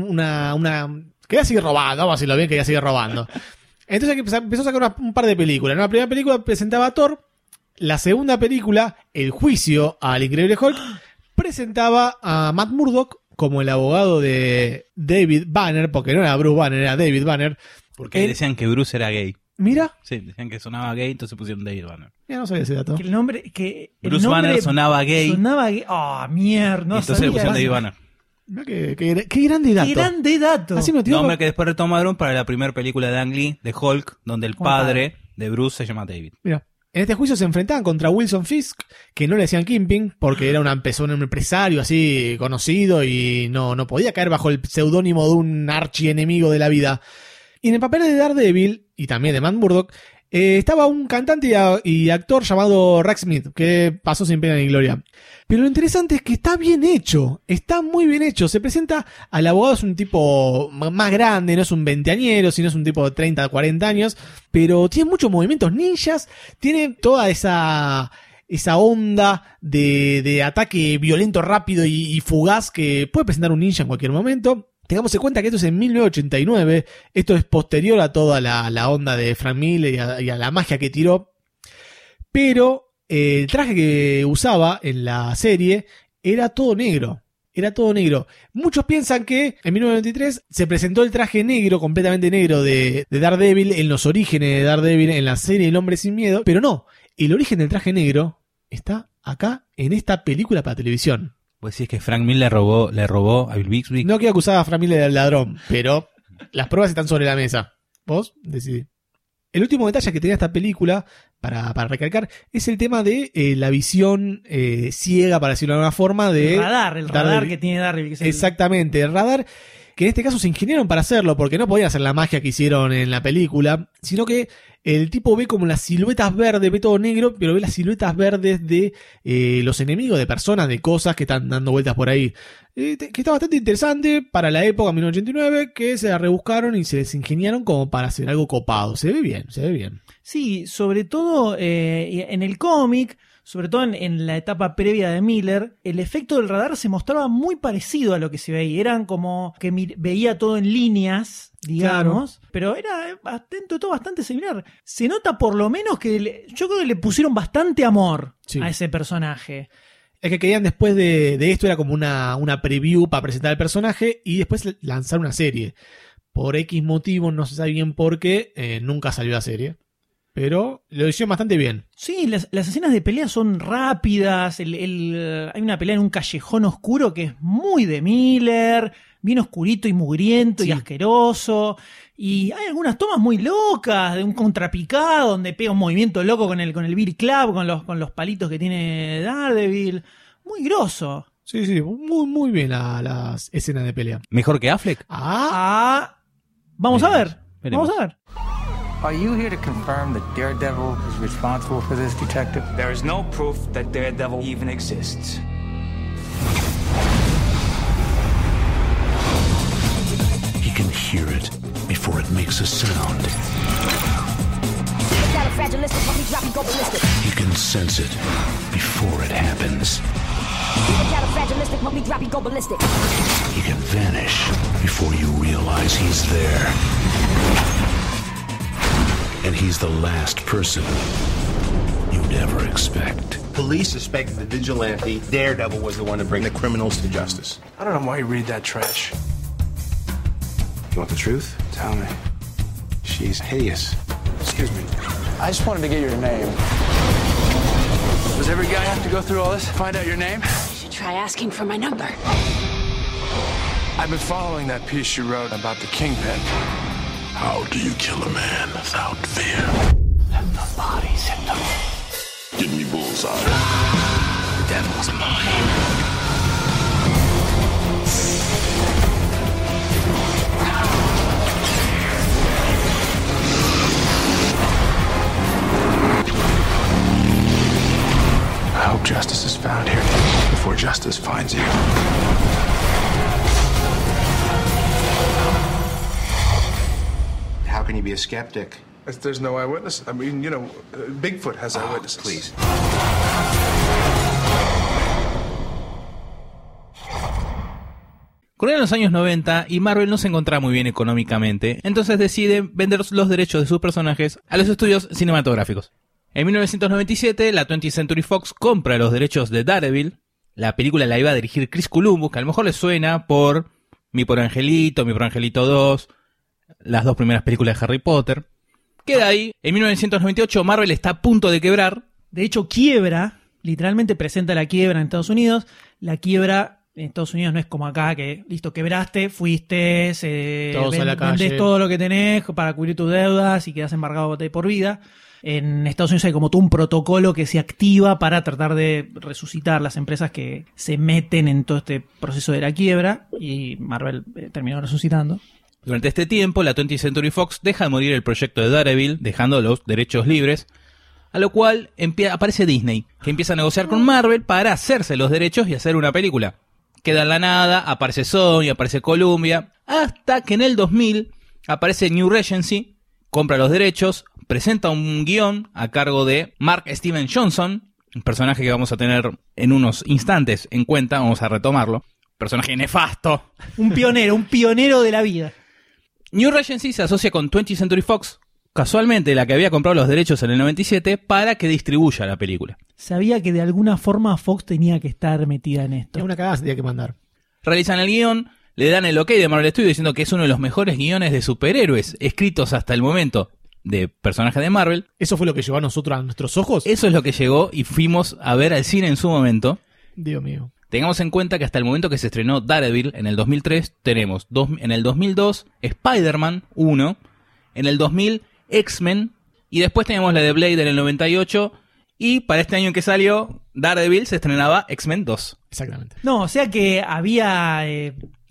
quería seguir robando, vamos a decirlo bien, quería seguir robando. Entonces empezó a sacar un par de películas. En la primera película presentaba a Thor, la segunda película, El Juicio al Increíble Hulk, presentaba a Matt Murdock como el abogado de David Banner, porque no era Bruce Banner, era David Banner. Porque decían que Bruce era gay. Mira. Sí, decían que sonaba gay, entonces pusieron David Banner. Ya no sabía ese dato. Bruce Banner sonaba gay. Sonaba gay. ¡Ah, mierda! No entonces le pusieron David Banner. Mira qué grande dato. ¡Qué grande dato! Así me Nombre que después retomaron para la primera película de Ang Lee, de Hulk, donde el padre de Bruce se llama David. Mira. En este juicio se enfrentaban contra Wilson Fisk, que no le decían Kingpin, porque era un empresario así conocido y no podía caer bajo el seudónimo de un archienemigo de la vida. Y en el papel de Daredevil, y también de Matt Murdock, estaba un cantante y actor llamado Rex Smith, que pasó sin pena ni gloria. Pero lo interesante es que está bien hecho, está muy bien hecho. Se presenta al abogado, es un tipo más grande, no es un veinteañero, sino es un tipo de 30, 40 años, pero tiene muchos movimientos ninjas, tiene toda esa onda de ataque violento, rápido y fugaz que puede presentar un ninja en cualquier momento. Tengamos en cuenta que esto es en 1989, esto es posterior a toda la onda de Frank Miller y a la magia que tiró, pero el traje que usaba en la serie era todo negro. Muchos piensan que en 1993 se presentó el traje negro, completamente negro de Daredevil en los orígenes de Daredevil en la serie El Hombre Sin Miedo, pero no, el origen del traje negro está acá en esta película para televisión. Pues sí, es que Frank Miller le robó a Bill Bixby. No quiero acusar a Frank Miller del ladrón, pero las pruebas están sobre la mesa. Vos decidí. El último detalle que tenía esta película, para recalcar, es el tema de la visión ciega, para decirlo de alguna forma, de... El radar que tiene Daredevil. Exactamente, el radar, que en este caso se ingeniaron para hacerlo, porque no podían hacer la magia que hicieron en la película, sino que el tipo ve como las siluetas verdes, ve todo negro, pero ve las siluetas verdes de los enemigos, de personas, de cosas que están dando vueltas por ahí. Que está bastante interesante para la época 1989, que se la rebuscaron y se les ingeniaron como para hacer algo copado. Se ve bien, se ve bien. Sí, sobre todo en el cómic, sobre todo en la etapa previa de Miller, el efecto del radar se mostraba muy parecido a lo que se veía. Eran como que veía todo en líneas, digamos, claro. Pero era todo bastante similar. Se nota por lo menos que yo creo que le pusieron bastante amor a ese personaje. Es que querían después de esto, era como una preview para presentar el personaje y después lanzar una serie. Por X motivo, no se sabe bien por qué, nunca salió la serie. Pero lo hicieron bastante bien. Sí, las escenas de pelea son rápidas. Hay una pelea en un callejón oscuro que es muy de Miller, bien oscurito y mugriento y asqueroso. Y hay algunas tomas muy locas, de un contrapicado donde pega un movimiento loco con el Bear Club, con los palitos que tiene Daredevil. Muy grosso. Sí, muy, muy bien las escenas de pelea. ¿Mejor que Affleck? Vamos a ver. Vamos a ver. Are you here to confirm that Daredevil is responsible for this, Detective? There is no proof that Daredevil even exists. He can hear it before it makes a sound. He can sense it before it happens. He can vanish before you realize he's there. And he's the last person you'd ever expect. Police suspected the vigilante Daredevil was the one to bring the criminals to justice. I don't know why you read that trash. You want the truth? Tell me. She's hideous. Excuse me. I just wanted to get your name. Does every guy have to go through all this to find out your name? You should try asking for my number. I've been following that piece you wrote about the Kingpin. How do you kill a man without fear? Let the bodies hit them. Give me bullseye. The devil's mine. I hope justice is found here before justice finds you. How can you be a skeptic? There's no eyewitness. I mean, Bigfoot has eyewitnesses. Please. Corrían los años 90 y Marvel no se encontraba muy bien económicamente, entonces decide vender los derechos de sus personajes a los estudios cinematográficos. En 1997, la 20th Century Fox compra los derechos de Daredevil. La película la iba a dirigir Chris Columbus, que a lo mejor les suena por Mi Pobre Angelito, Mi Pobre Angelito 2, las dos primeras películas de Harry Potter. Queda ahí. En 1998 Marvel está a punto de quebrar. De hecho, quiebra. Literalmente presenta la quiebra en Estados Unidos. La quiebra en Estados Unidos no es como acá, que listo, quebraste, fuiste, vendés todo lo que tenés para cubrir tus deudas y quedás embargado de por vida. En Estados Unidos hay como todo un protocolo que se activa para tratar de resucitar las empresas que se meten en todo este proceso de la quiebra, y Marvel terminó resucitando. Durante este tiempo, la 20th Century Fox deja de morir el proyecto de Daredevil, dejando los derechos libres, a lo cual aparece Disney, que empieza a negociar con Marvel para hacerse los derechos y hacer una película. Queda en la nada, aparece Sony, aparece Columbia, hasta que en el 2000 aparece New Regency, compra los derechos, presenta un guión a cargo de Mark Steven Johnson, un personaje que vamos a tener en unos instantes en cuenta, vamos a retomarlo. Personaje nefasto. Un pionero de la vida. New Regency se asocia con 20th Century Fox, casualmente la que había comprado los derechos en el 97, para que distribuya la película. Sabía que de alguna forma Fox tenía que estar metida en esto. Es una cagada, tenía que mandar. Realizan el guión, le dan el ok de Marvel Studios diciendo que es uno de los mejores guiones de superhéroes escritos hasta el momento de personajes de Marvel. ¿Eso fue lo que llevó a nosotros a nuestros ojos? Eso es lo que llegó y fuimos a ver al cine en su momento. Dios mío. Tengamos en cuenta que hasta el momento que se estrenó Daredevil, en el 2003, tenemos en el 2002 Spider-Man 1, en el 2000 X-Men, y después tenemos la de Blade en el 98, y para este año en que salió Daredevil se estrenaba X-Men 2. Exactamente. No, o sea que había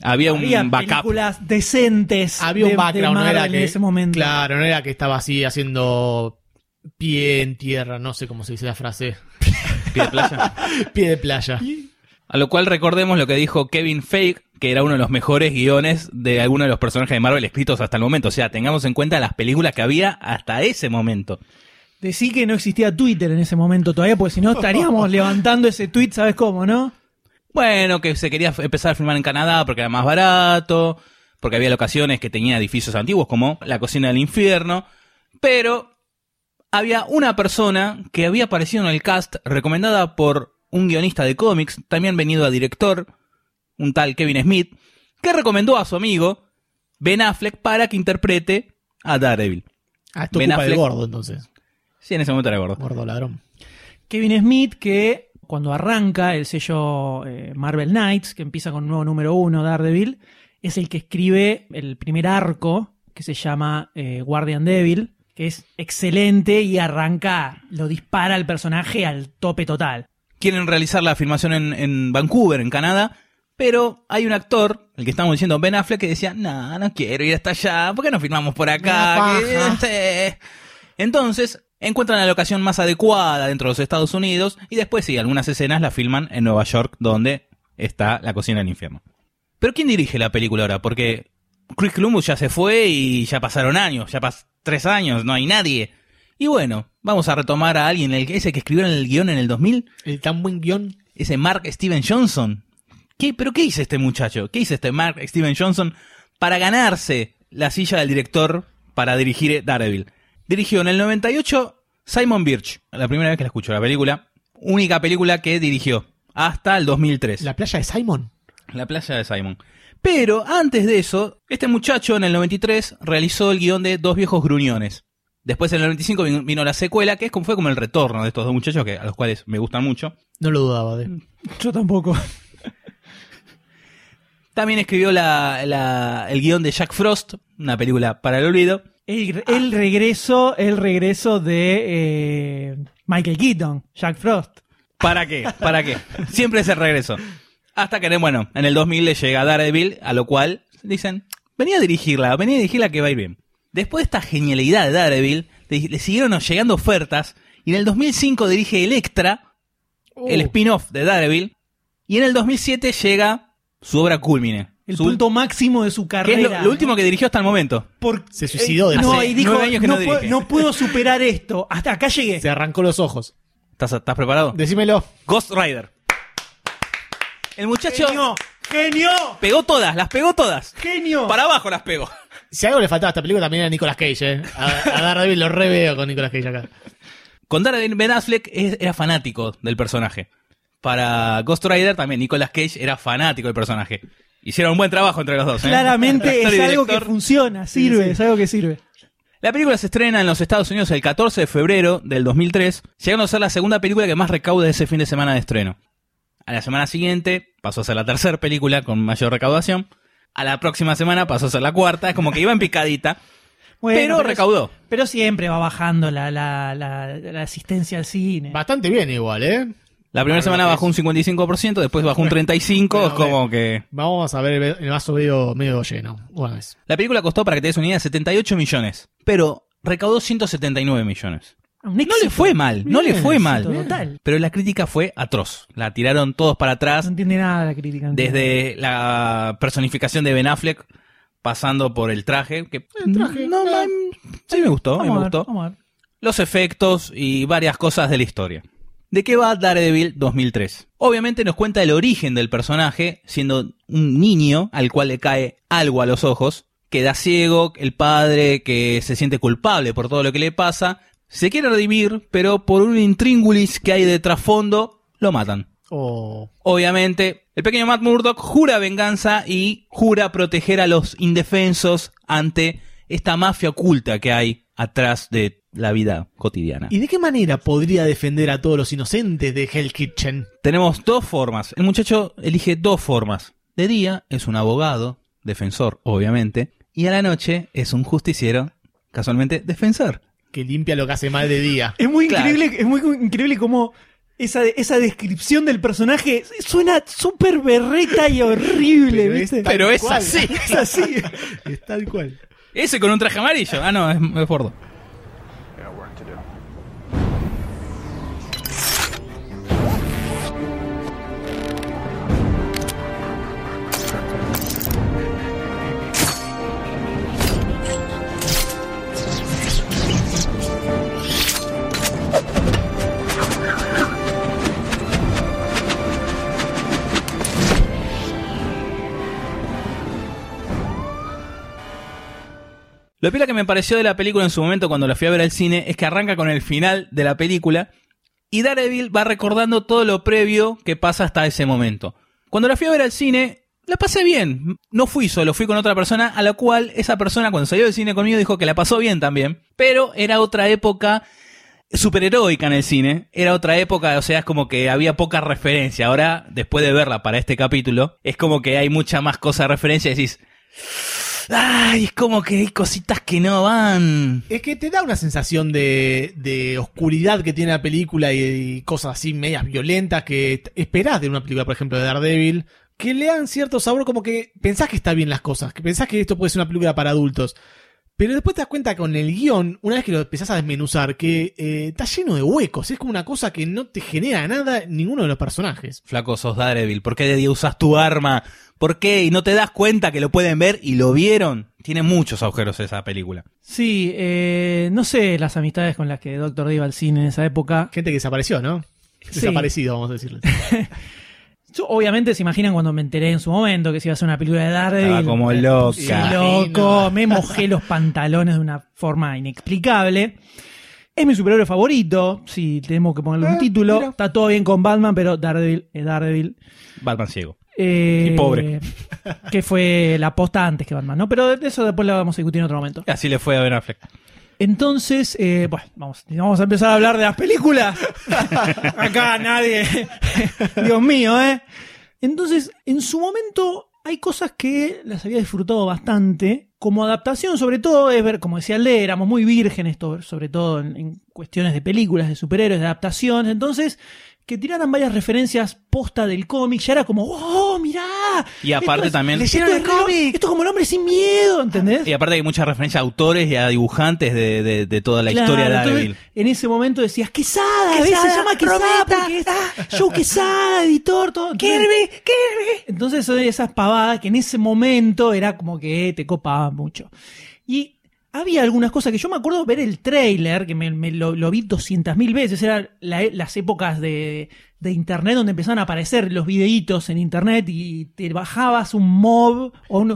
Había un backup. Películas decentes. Había un background, no era en que, ese momento. Claro, no era que estaba así haciendo pie en tierra, no sé cómo se dice la frase. Pie de playa. Pie de playa. A lo cual recordemos lo que dijo Kevin Feige, que era uno de los mejores guiones de alguno de los personajes de Marvel escritos hasta el momento. O sea, tengamos en cuenta las películas que había hasta ese momento. Decí que no existía Twitter en ese momento todavía, porque si no estaríamos levantando ese tweet, ¿sabes cómo, no? Bueno, que se quería empezar a filmar en Canadá porque era más barato, porque había locaciones que tenían edificios antiguos como la Cocina del Infierno, pero había una persona que había aparecido en el cast recomendada por un guionista de cómics, también venido a director, un tal Kevin Smith, que recomendó a su amigo Ben Affleck para que interprete a Daredevil. Ah, esto Ben culpa del Affleck- gordo, entonces. Sí, en ese momento era gordo. Gordo ladrón. Kevin Smith, que cuando arranca el sello Marvel Knights, que empieza con un nuevo número 1, Daredevil, es el que escribe el primer arco, que se llama Guardian Devil, que es excelente y arranca, lo dispara al personaje al tope total. Quieren realizar la filmación en Vancouver, en Canadá, pero hay un actor, el que estamos diciendo, Ben Affleck, que decía, no quiero ir hasta allá, ¿por qué no filmamos por acá? Entonces, encuentran la locación más adecuada dentro de los Estados Unidos y después sí, algunas escenas las filman en Nueva York, donde está la Cocina del Infierno. Pero ¿quién dirige la película ahora? Porque Chris Columbus ya se fue y ya pasaron años, 3 años, no hay nadie. Y bueno, vamos a retomar a alguien, ese que escribió el guión en el 2000, El tan buen guión. ese Mark Steven Johnson. ¿Pero qué hizo este muchacho? ¿Qué hizo este Mark Steven Johnson para ganarse la silla del director para dirigir Daredevil? Dirigió en el 98 Simon Birch, la primera vez que la escucho la película, única película que dirigió hasta el 2003. La playa de Simon. La playa de Simon. Pero antes de eso, este muchacho en el 93 realizó el guión de Dos viejos gruñones. Después en el 95 vino la secuela, que fue como el retorno de estos dos muchachos, a los cuales me gustan mucho. No lo dudaba de. Yo tampoco. También escribió el guión de Jack Frost, una película para el olvido. El regreso de Michael Keaton, Jack Frost. ¿Para qué? Siempre es el regreso. Hasta que, bueno, en el 2000 le llega Daredevil, a lo cual dicen, venía a dirigirla que va a ir bien. Después de esta genialidad de Daredevil, le siguieron llegando ofertas, y en el 2005 dirige Elektra, el spin-off de Daredevil, y en el 2007 llega su obra cúlmine. El punto máximo de su Que carrera. es lo último que dirigió hasta el momento. Se suicidó de No, Hace y dijo, 9 años que no dirige. no puedo superar esto. Hasta acá llegué. Se arrancó los ojos. ¿Estás preparado? Decímelo. Ghost Rider. El muchacho ¡Genio! las pegó todas. ¡Genio! Para abajo las pegó. Si algo le faltaba a esta película también era Nicolas Cage, A Daredevil lo reveo con Nicolas Cage acá. Con Daredevil, Ben Affleck era fanático del personaje. Para Ghost Rider también Nicolas Cage era fanático del personaje. Hicieron un buen trabajo entre los dos. Claramente es Actor y algo que director. funciona, sirve, es algo que sirve. La película se estrena en los Estados Unidos el 14 de febrero del 2003, llegando a ser la segunda película que más recauda ese fin de semana de estreno. A la semana siguiente pasó a ser la tercera película con mayor recaudación. A la próxima semana pasó a ser la cuarta. Es como que iba en picadita. Bueno, pero recaudó. Pero siempre va bajando la asistencia al cine. Bastante bien igual, La primera semana bajó un 55%, después bajó un 35%. Bueno, es como que... Vamos a ver el vaso medio lleno. Una vez. La película costó, para que te des una idea, 78 millones. Pero recaudó 179 millones. Un No éxito. le fue mal, no le fue mal. Total. Pero la crítica fue atroz. La tiraron todos para No atrás. entiende nada la crítica. Desde la personificación de Ben Affleck, pasando por el traje. Que no, sí me gustó, Vamos me a ver, gustó. vamos a ver. Los efectos y varias cosas de la historia. ¿De qué va Daredevil 2003? Obviamente nos cuenta el origen del personaje, siendo un niño al cual le cae algo a los ojos, queda ciego, el padre que se siente culpable por todo lo que le pasa, se quiere redimir, pero por un intríngulis que hay de trasfondo, lo matan. Obviamente, el pequeño Matt Murdock jura venganza y jura proteger a los indefensos ante esta mafia oculta que hay atrás de la vida cotidiana. ¿Y de qué manera podría defender a todos los inocentes de Hell's Kitchen? Tenemos dos formas. El muchacho elige dos formas. De día es un abogado, defensor, obviamente, y a la noche es un justiciero, casualmente defensor. Que limpia lo que hace mal de día. Es muy Claro. increíble, es muy increíble cómo esa descripción del personaje suena súper berreta y horrible, ¿viste? Pero es así. Es así. Es tal cual. Ese con un traje amarillo. Ah, no, es Fordo. I got work to do. Lo pila que me pareció de la película en su momento cuando la fui a ver al cine es que arranca con el final de la película y Daredevil va recordando todo lo previo que pasa hasta ese momento. Cuando la fui a ver al cine, la pasé bien. No fui solo, fui con otra persona a la cual esa persona cuando salió del cine conmigo dijo que la pasó bien también. Pero era otra época superheroica en el cine. Era otra época, o sea, es como que había poca referencia. Ahora, después de verla para este capítulo, es como que hay mucha más cosa de referencia y decís... Ay, es como que hay cositas que no van. Es que te da una sensación de oscuridad que tiene la película y cosas así medias violentas que esperás de una película, por ejemplo, de Daredevil, que le dan cierto sabor, como que pensás que está bien las cosas, que pensás que esto puede ser una película para adultos. Pero después te das cuenta con el guión, una vez que lo empezás a desmenuzar, que está lleno de huecos. Es como una cosa que no te genera nada ninguno de los personajes. Flaco, sos Daredevil. ¿Por qué de día usas tu arma? ¿Por qué? ¿Y no te das cuenta que lo pueden ver y lo vieron? Tiene muchos agujeros esa película. Sí, no sé las amistades con las que Doctor D iba al cine en esa época. Gente que desapareció, ¿no? Sí. Desaparecido, vamos a decirle. Yo, obviamente se imaginan cuando me enteré en su momento que se iba a hacer una película de Daredevil. Estaba como loca. Sí, loco, me mojé los pantalones de una forma inexplicable. Es mi superhéroe favorito, si tenemos que ponerle un título. Mira. Está todo bien con Batman, pero Daredevil es Daredevil. Batman ciego. Y pobre. Que fue la posta antes que Batman, ¿no? Pero de eso después lo vamos a discutir en otro momento. Así le fue a Ben Affleck. Entonces, bueno, vamos a empezar a hablar de las películas. Acá nadie. Dios mío, ¿eh? Entonces, en su momento hay cosas que las había disfrutado bastante. Como adaptación, sobre todo, es ver, como decía Alde, éramos muy vírgenes, sobre todo en cuestiones de películas, de superhéroes, de adaptaciones. Entonces, que tiraran varias referencias posta del cómic, ya era como, ¡oh, mirá! Y aparte también... ¡Leyeron el cómic! Esto es como El Hombre Sin Miedo, ¿entendés? Y aparte hay mucha referencia a autores y a dibujantes de toda la historia de Daredevil. Entonces, en ese momento decías, Quesada, ¿ves? Se llama Quesada porque es Joe Quesada, editor, todo. Kirby. Entonces son esas pavadas que en ese momento era como que te copaban mucho. Y había algunas cosas que yo me acuerdo ver el tráiler, que me lo vi 200.000 veces, eran las épocas de internet donde empezaban a aparecer los videitos en internet y te bajabas un mob o un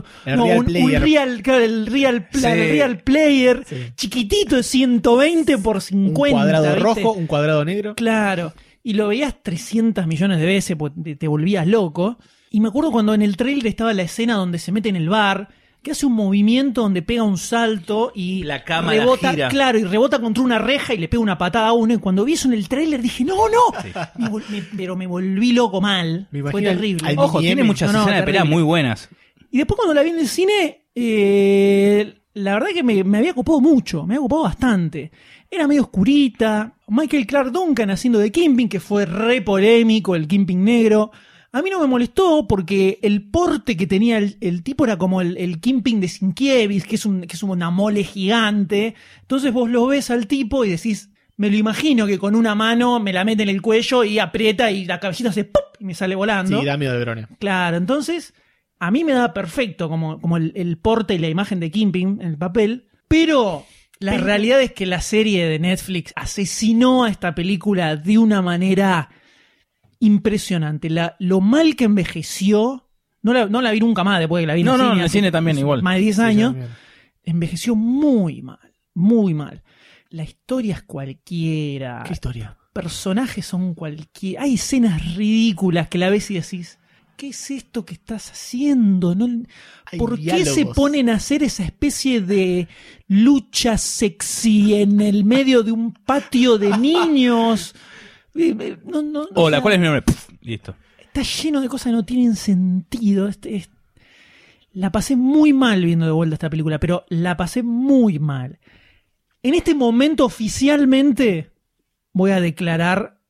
real player sí. Chiquitito de 120 por 50. Un cuadrado ¿viste? rojo, un cuadrado negro. Claro. Y lo veías 300 millones de veces porque te volvías loco. Y me acuerdo cuando en el trailer estaba la escena donde se mete en el bar, que hace un movimiento donde pega un salto y la cámara rebota, gira. claro, y rebota contra una reja y le pega una patada a uno. Y cuando vi eso en el tráiler dije, ¡no! Sí. Pero me volví loco mal. Fue terrible. Ojo, tiene muchas escenas de pelea muy buenas. Y después cuando la vi en el cine, la verdad que me había copado mucho, me había copado bastante. Era medio oscurita. Michael Clark Duncan haciendo de Kingpin, que fue re polémico, el Kingpin negro. A mí no me molestó porque el porte que tenía el tipo era como el Kingpin de Sienkiewicz, que es una mole gigante. Entonces vos lo ves al tipo y decís, me lo imagino que con una mano me la mete en el cuello y aprieta y la cabecita hace ¡pop! Y me sale volando. Sí, da miedo de Brone. Claro, entonces a mí me da perfecto como el porte y la imagen de Kingpin en el papel, pero la realidad es que la serie de Netflix asesinó a esta película de una manera impresionante. Lo mal que envejeció, no la vi nunca más después de que la vi en el cine. No, en el cine también igual. Más de 10 años. Envejeció muy mal, muy mal. La historia es cualquiera. ¿Qué historia? Personajes son cualquiera. Hay escenas ridículas que la ves y decís, ¿qué es esto que estás haciendo? ¿Por qué se ponen a hacer esa especie de lucha sexy en el medio de un patio de niños? Hola, ¿cuál es mi nombre? Pff, listo. Está lleno de cosas que no tienen sentido. La pasé muy mal viendo de vuelta esta película, pero la pasé muy mal. En este momento oficialmente voy a declarar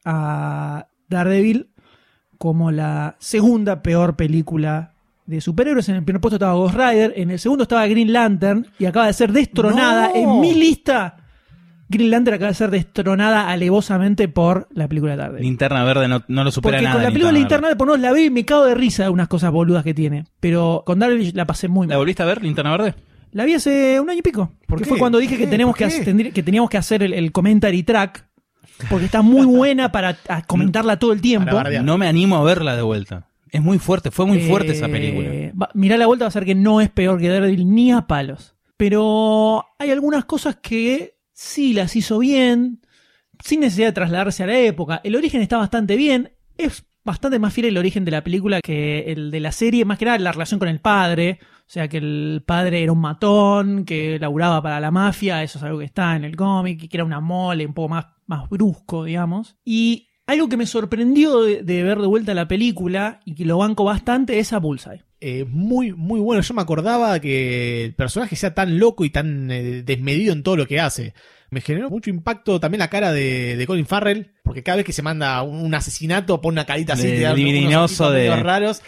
a Daredevil como la segunda peor película de superhéroes. En el primer puesto estaba Ghost Rider, en el segundo estaba Green Lantern y acaba de ser destronada en mi lista. Green Lantern acaba de ser destronada alevosamente por la película de Daredevil. Linterna Verde no lo supera porque nada. Con la película Linterna Verde, la vi y me cago de risa de unas cosas boludas que tiene. Pero con Daredevil la pasé muy mal. ¿La volviste a ver, Linterna Verde? La vi hace un año y pico. ¿Por que qué? fue cuando dije que teníamos que hacer el commentary track. Porque está muy buena para comentarla todo el tiempo. Para bardear. No me animo a verla de vuelta. Es muy fuerte, fue muy fuerte esa película. Mirá la vuelta, va a ser que no es peor que Daredevil ni a palos. Pero hay algunas cosas que sí las hizo bien, sin necesidad de trasladarse a la época. El origen está bastante bien, es bastante más fiel el origen de la película que el de la serie, más que nada la relación con el padre. O sea, que el padre era un matón, que laburaba para la mafia, eso es algo que está en el cómic, que era una mole un poco más brusco, digamos. Y algo que me sorprendió de ver de vuelta la película, y que lo banco bastante, es a Bullseye. Muy, muy bueno. Yo me acordaba que el personaje sea tan loco y tan desmedido en todo lo que hace. Me generó mucho impacto también la cara de Colin Farrell, porque cada vez que se manda un asesinato pone una carita así, te da divinoso unos de medio raros.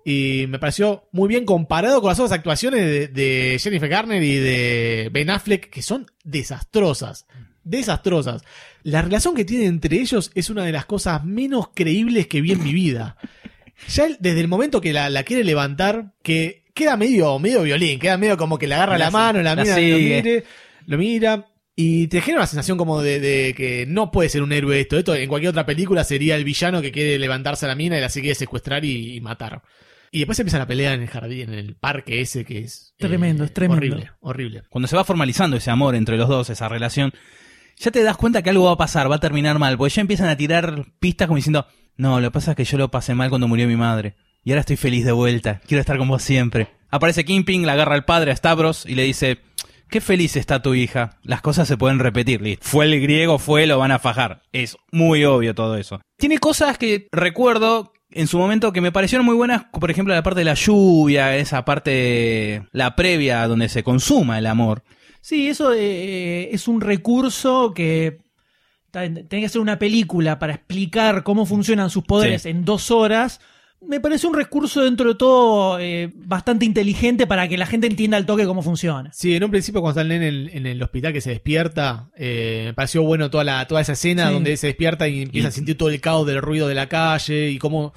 Y me pareció muy bien comparado con las otras actuaciones de Jennifer Garner y de Ben Affleck, que son desastrosas. Desastrosas. La relación que tienen entre ellos es una de las cosas menos creíbles que vi en mi vida. Ya desde el momento que la quiere levantar, que queda medio violín, queda medio como que le agarra la mano, la mira, lo mira, y te genera una sensación como de que no puede ser un héroe esto en cualquier otra película sería el villano que quiere levantarse a la mina y la quiere secuestrar y matar. Y después empiezan a pelear en el jardín, en el parque ese que es tremendo, es tremendo. Horrible. Cuando se va formalizando ese amor entre los dos, esa relación, ya te das cuenta que algo va a pasar, va a terminar mal, porque ya empiezan a tirar pistas como diciendo, no, lo que pasa es que yo lo pasé mal cuando murió mi madre, y ahora estoy feliz de vuelta, quiero estar con vos siempre. Aparece Kingpin, le agarra al padre a Stavros y le dice, qué feliz está tu hija, las cosas se pueden repetir, listo. Fue el griego, lo van a fajar, es muy obvio todo eso. Tiene cosas que recuerdo en su momento que me parecieron muy buenas, por ejemplo la parte de la lluvia, esa parte, la previa donde se consuma el amor. Sí, eso es un recurso que tenés que hacer una película para explicar cómo funcionan sus poderes en 2 horas. Me parece un recurso dentro de todo bastante inteligente para que la gente entienda al toque cómo funciona. Sí, en un principio cuando está en el hospital que se despierta, me pareció bueno toda esa escena donde se despierta y empieza a sentir todo el caos del ruido de la calle y cómo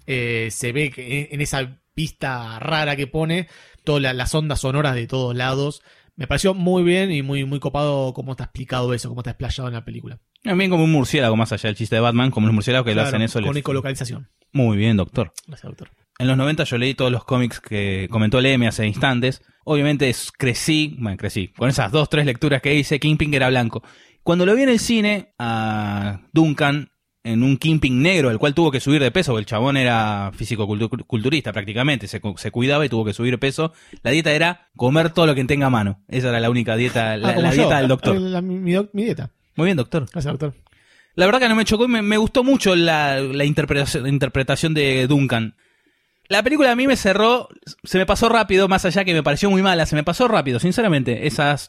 se ve que en esa pista rara que pone todas las ondas sonoras de todos lados. Me pareció muy bien y muy, muy copado cómo está explicado eso, cómo está explayado en la película. También como un murciélago, más allá del chiste de Batman, como los murciélagos que lo hacen eso. Con ecolocalización. Muy bien, doctor. Gracias, doctor. En los 90 yo leí todos los cómics que comentó Leme hace instantes. Obviamente crecí con esas 2-3 lecturas que hice. Kingpin era blanco. Cuando lo vi en el cine a Duncan en un Kingpin negro, el cual tuvo que subir de peso, porque el chabón era físico-culturista prácticamente, se cuidaba y tuvo que subir de peso. La dieta era comer todo lo que tenga a mano. Esa era la única dieta, la dieta del doctor. Mi dieta. Muy bien, doctor. Gracias, doctor. La verdad que no me chocó y me gustó mucho la interpretación de Duncan. La película a mí me cerró, se me pasó rápido, más allá que me pareció muy mala, se me pasó rápido, sinceramente, esas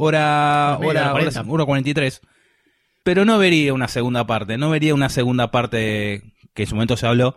hora 43. Pero no vería una segunda parte, que en su momento se habló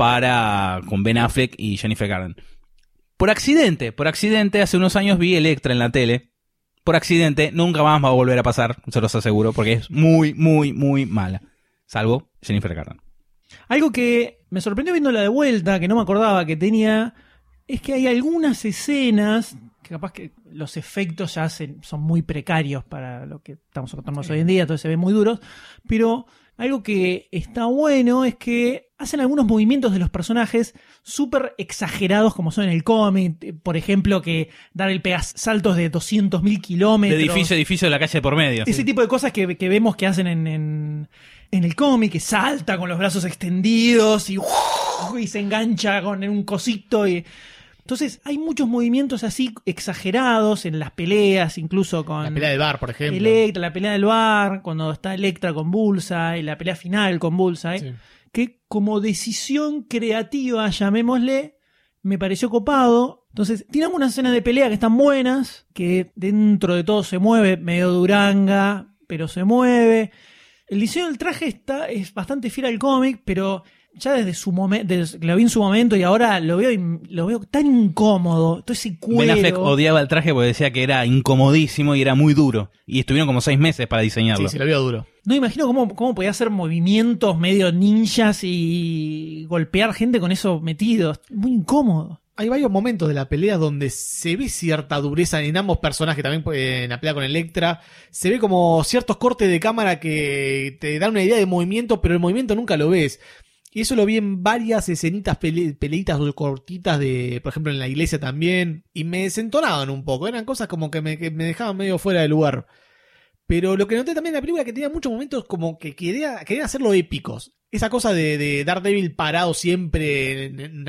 con Ben Affleck y Jennifer Garner. Por accidente, hace unos años vi Electra en la tele. Por accidente, nunca más va a volver a pasar, se los aseguro, porque es muy, muy, muy mala. Salvo Jennifer Garner. Algo que me sorprendió viéndola de vuelta, que no me acordaba que tenía, es que hay algunas escenas que capaz que los efectos ya son muy precarios para lo que estamos acostumbrados hoy en día, entonces se ven muy duros, pero algo que está bueno es que hacen algunos movimientos de los personajes súper exagerados como son en el cómic, por ejemplo que Daredevil pega saltos de 200.000 kilómetros. De edificio de la calle por medio. Ese tipo de cosas que vemos que hacen en el cómic, que salta con los brazos extendidos y se engancha con un cosito y... Entonces hay muchos movimientos así exagerados en las peleas, incluso con... La pelea del bar, por ejemplo. Electra, la pelea del bar, cuando está Electra con Bullseye, la pelea final con Bullseye, que como decisión creativa, llamémosle, me pareció copado. Entonces tiene algunas escenas de pelea que están buenas, que dentro de todo se mueve, medio duranga, pero se mueve. El diseño del traje es bastante fiel al cómic, pero ya desde su momento, lo vi en su momento y ahora lo veo tan incómodo. Todo ese cuero. Ben Affleck odiaba el traje porque decía que era incomodísimo y era muy duro. Y estuvieron como 6 meses para diseñarlo. Sí, se lo vio duro. No imagino cómo podía hacer movimientos medio ninjas y golpear gente con eso metido. Muy incómodo. Hay varios momentos de la pelea donde se ve cierta dureza en ambos personajes, también en la pelea con Elektra. Se ve como ciertos cortes de cámara que te dan una idea de movimiento, pero el movimiento nunca lo ves. Y eso lo vi en varias escenitas, peleitas cortitas de, por ejemplo, en la iglesia también. Y me desentonaban un poco. Eran cosas como que me dejaban medio fuera de lugar. Pero lo que noté también en la película es que tenía muchos momentos como que querían hacerlo épicos. Esa cosa de Daredevil parado siempre en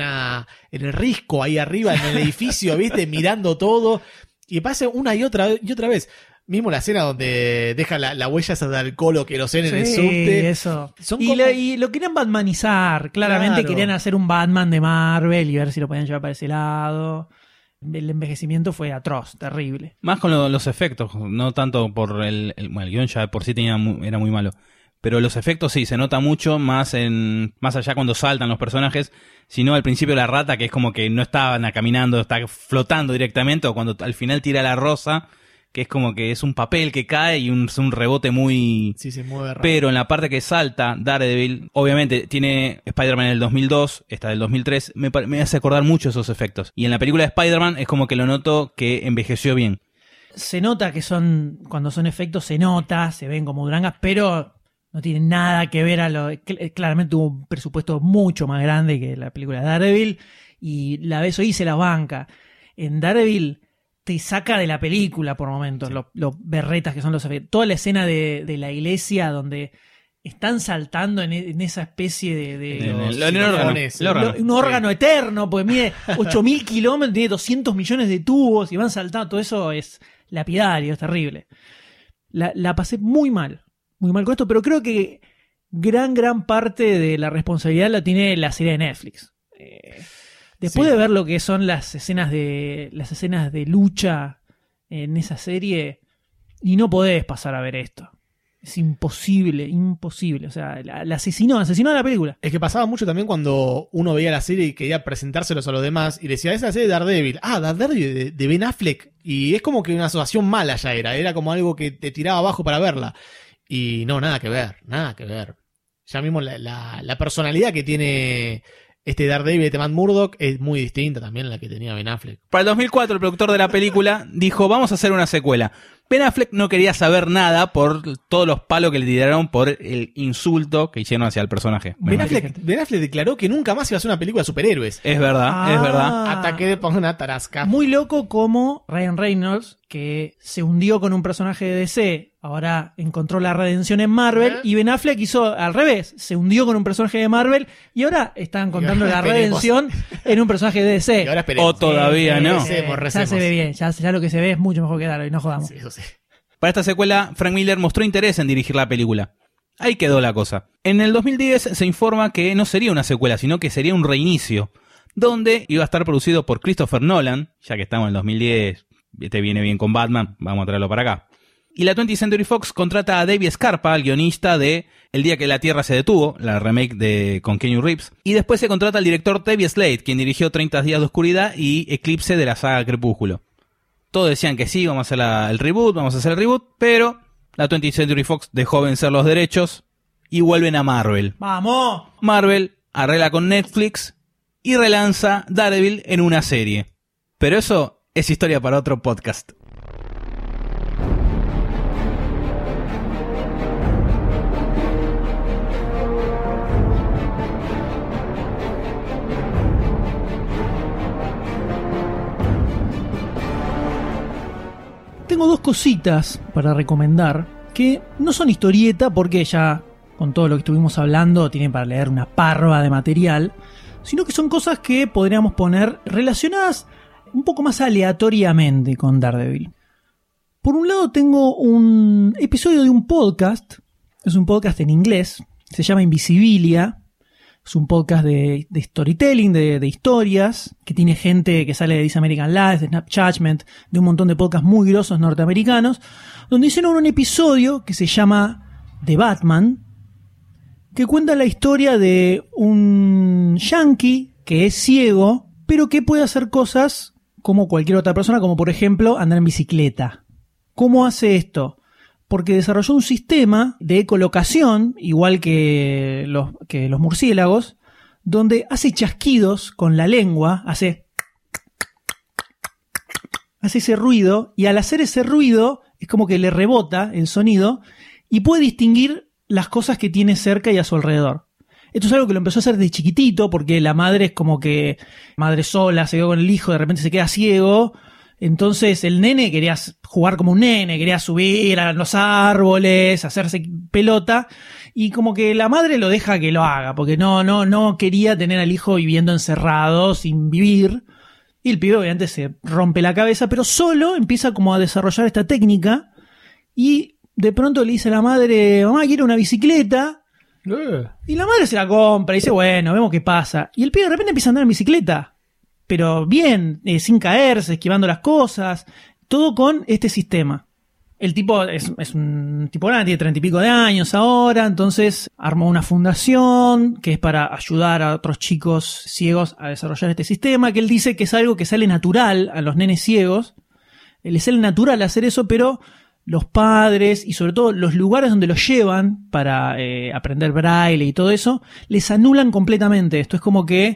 el risco ahí arriba en el edificio, ¿viste? Mirando todo. Y pasa una y otra vez. Mismo la escena donde deja la huella esa de alcohol o queroseno en el subte. Eso. Y lo querían batmanizar. Claramente querían hacer un Batman de Marvel y ver si lo podían llevar para ese lado. El envejecimiento fue atroz, terrible. Más con los efectos, no tanto por el guión ya por sí era muy malo. Pero los efectos sí, se nota mucho más allá cuando saltan los personajes, sino al principio la rata, que es como que no estaban caminando, está flotando directamente, o cuando al final tira la rosa, que es como que es un papel que cae y un rebote muy... Sí, se mueve raro. Pero en la parte que salta Daredevil, obviamente tiene Spider-Man en el 2002, esta del 2003, me hace acordar mucho esos efectos. Y en la película de Spider-Man es como que lo noto que envejeció bien. Se nota que cuando son efectos se nota, se ven como durangas, pero... no tiene nada que ver claramente tuvo un presupuesto mucho más grande que la película de Daredevil y la ves hoy y se la banca. En Daredevil te saca de la película por momentos, sí. Los berretas que son los efectos. Toda la escena de la iglesia donde están saltando en esa especie de un órgano eterno, pues mide 8.000 kilómetros, tiene 200 millones de tubos y van saltando. Todo eso es lapidario, es terrible. La pasé muy mal con esto, pero creo que gran parte de la responsabilidad la tiene la serie de Netflix. Después de ver lo que son las escenas de lucha en esa serie, y no podés pasar a ver esto. Es imposible. O sea, la asesinó a la película. Es que pasaba mucho también cuando uno veía la serie y quería presentárselos a los demás y decía, esa serie de Daredevil. Daredevil de Ben Affleck. Y es como que una asociación mala ya era como algo que te tiraba abajo para verla. Y no, nada que ver. Ya mismo la personalidad que tiene este Daredevil de Matt Murdock es muy distinta también a la que tenía Ben Affleck. Para el 2004 el productor de la película dijo, vamos a hacer una secuela. Ben Affleck no quería saber nada por todos los palos que le tiraron por el insulto que hicieron hacia el personaje. Ben Affleck declaró que nunca más iba a hacer una película de superhéroes. Es verdad. Hasta que le ponga una tarasca. Muy loco como Ryan Reynolds, que se hundió con un personaje de DC, ahora encontró la redención en Marvel, y Ben Affleck hizo al revés, se hundió con un personaje de Marvel y ahora están contando la redención en un personaje de DC. Y ahora esperemos. O todavía no. Ya se ve bien, ya lo que se ve es mucho mejor que Daredevil, no jodamos. Sí, eso sí. Para esta secuela, Frank Miller mostró interés en dirigir la película. Ahí quedó la cosa. En el 2010 se informa que no sería una secuela, sino que sería un reinicio, donde iba a estar producido por Christopher Nolan, ya que estamos en el 2010, este viene bien con Batman, vamos a traerlo para acá. Y la 20th Century Fox contrata a David Scarpa, el guionista de El día que la Tierra se detuvo, la remake con Keanu Reeves. Y después se contrata al director David Slade, quien dirigió 30 días de oscuridad y Eclipse de la saga Crepúsculo. Todos decían que sí, vamos a hacer el reboot, pero la 20th Century Fox dejó vencer los derechos y vuelven a Marvel. ¡Vamos! Marvel arregla con Netflix y relanza Daredevil en una serie. Pero eso es historia para otro podcast. Tengo dos cositas para recomendar que no son historieta porque ya con todo lo que estuvimos hablando tienen para leer una parva de material, sino que son cosas que podríamos poner relacionadas un poco más aleatoriamente con Daredevil. Por un lado tengo un episodio de un podcast, es un podcast en inglés, se llama Invisibilia. Es un podcast de storytelling, de historias, que tiene gente que sale de This American Life, de Snap Judgment, de un montón de podcasts muy grosos norteamericanos, donde hicieron un episodio que se llama The Batman, que cuenta la historia de un yankee que es ciego, pero que puede hacer cosas como cualquier otra persona, como por ejemplo andar en bicicleta. ¿Cómo hace esto? Porque desarrolló un sistema de ecolocación, igual que los murciélagos, donde hace chasquidos con la lengua, hace ese ruido, y al hacer ese ruido es como que le rebota el sonido y puede distinguir las cosas que tiene cerca y a su alrededor. Esto es algo que lo empezó a hacer de chiquitito, porque la madre es como que madre sola, se quedó con el hijo, de repente se queda ciego. Entonces el nene quería jugar como un nene, quería subir a los árboles, hacerse pelota, y como que la madre lo deja que lo haga, porque no quería tener al hijo viviendo encerrado, sin vivir. Y el pibe obviamente se rompe la cabeza, pero solo empieza como a desarrollar esta técnica, y de pronto le dice a la madre: mamá, quiero una bicicleta. Y la madre se la compra y dice: bueno, vemos qué pasa. Y el pibe de repente empieza a andar en bicicleta, pero bien, sin caerse, esquivando las cosas, todo con este sistema. El tipo es un tipo grande, tiene 30 y pico de años ahora, entonces armó una fundación que es para ayudar a otros chicos ciegos a desarrollar este sistema, que él dice que es algo que sale natural a los nenes ciegos. Les sale natural hacer eso, pero los padres y sobre todo los lugares donde los llevan para aprender braille y todo eso, les anulan completamente. Esto es como que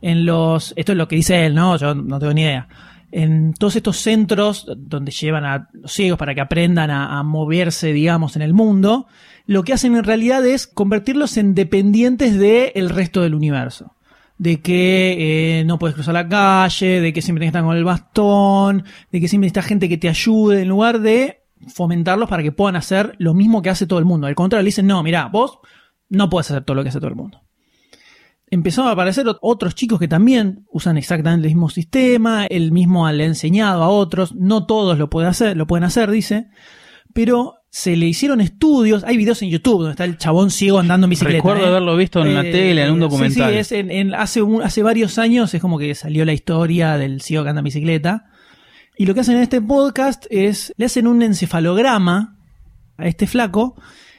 esto es lo que dice él, ¿no? Yo no tengo ni idea. En todos estos centros donde llevan a los ciegos para que aprendan a moverse, digamos, en el mundo, lo que hacen en realidad es convertirlos en dependientes del resto del universo. De que no puedes cruzar la calle, de que siempre tienes que estar con el bastón, de que siempre necesitas gente que te ayude, en lugar de fomentarlos para que puedan hacer lo mismo que hace todo el mundo. Al contrario, le dicen: no, mirá, vos no podés hacer todo lo que hace todo el mundo. Empezaron a aparecer otros chicos que también usan exactamente el mismo sistema, él mismo le ha enseñado a otros, no todos lo pueden hacer, dice, pero se le hicieron estudios, hay videos en YouTube donde está el chabón ciego andando en bicicleta. Recuerdo haberlo visto en la tele, en un documental. Sí, hace varios años es como que salió la historia del ciego que anda en bicicleta. Y lo que hacen en este podcast es, le hacen un encefalograma a este flaco,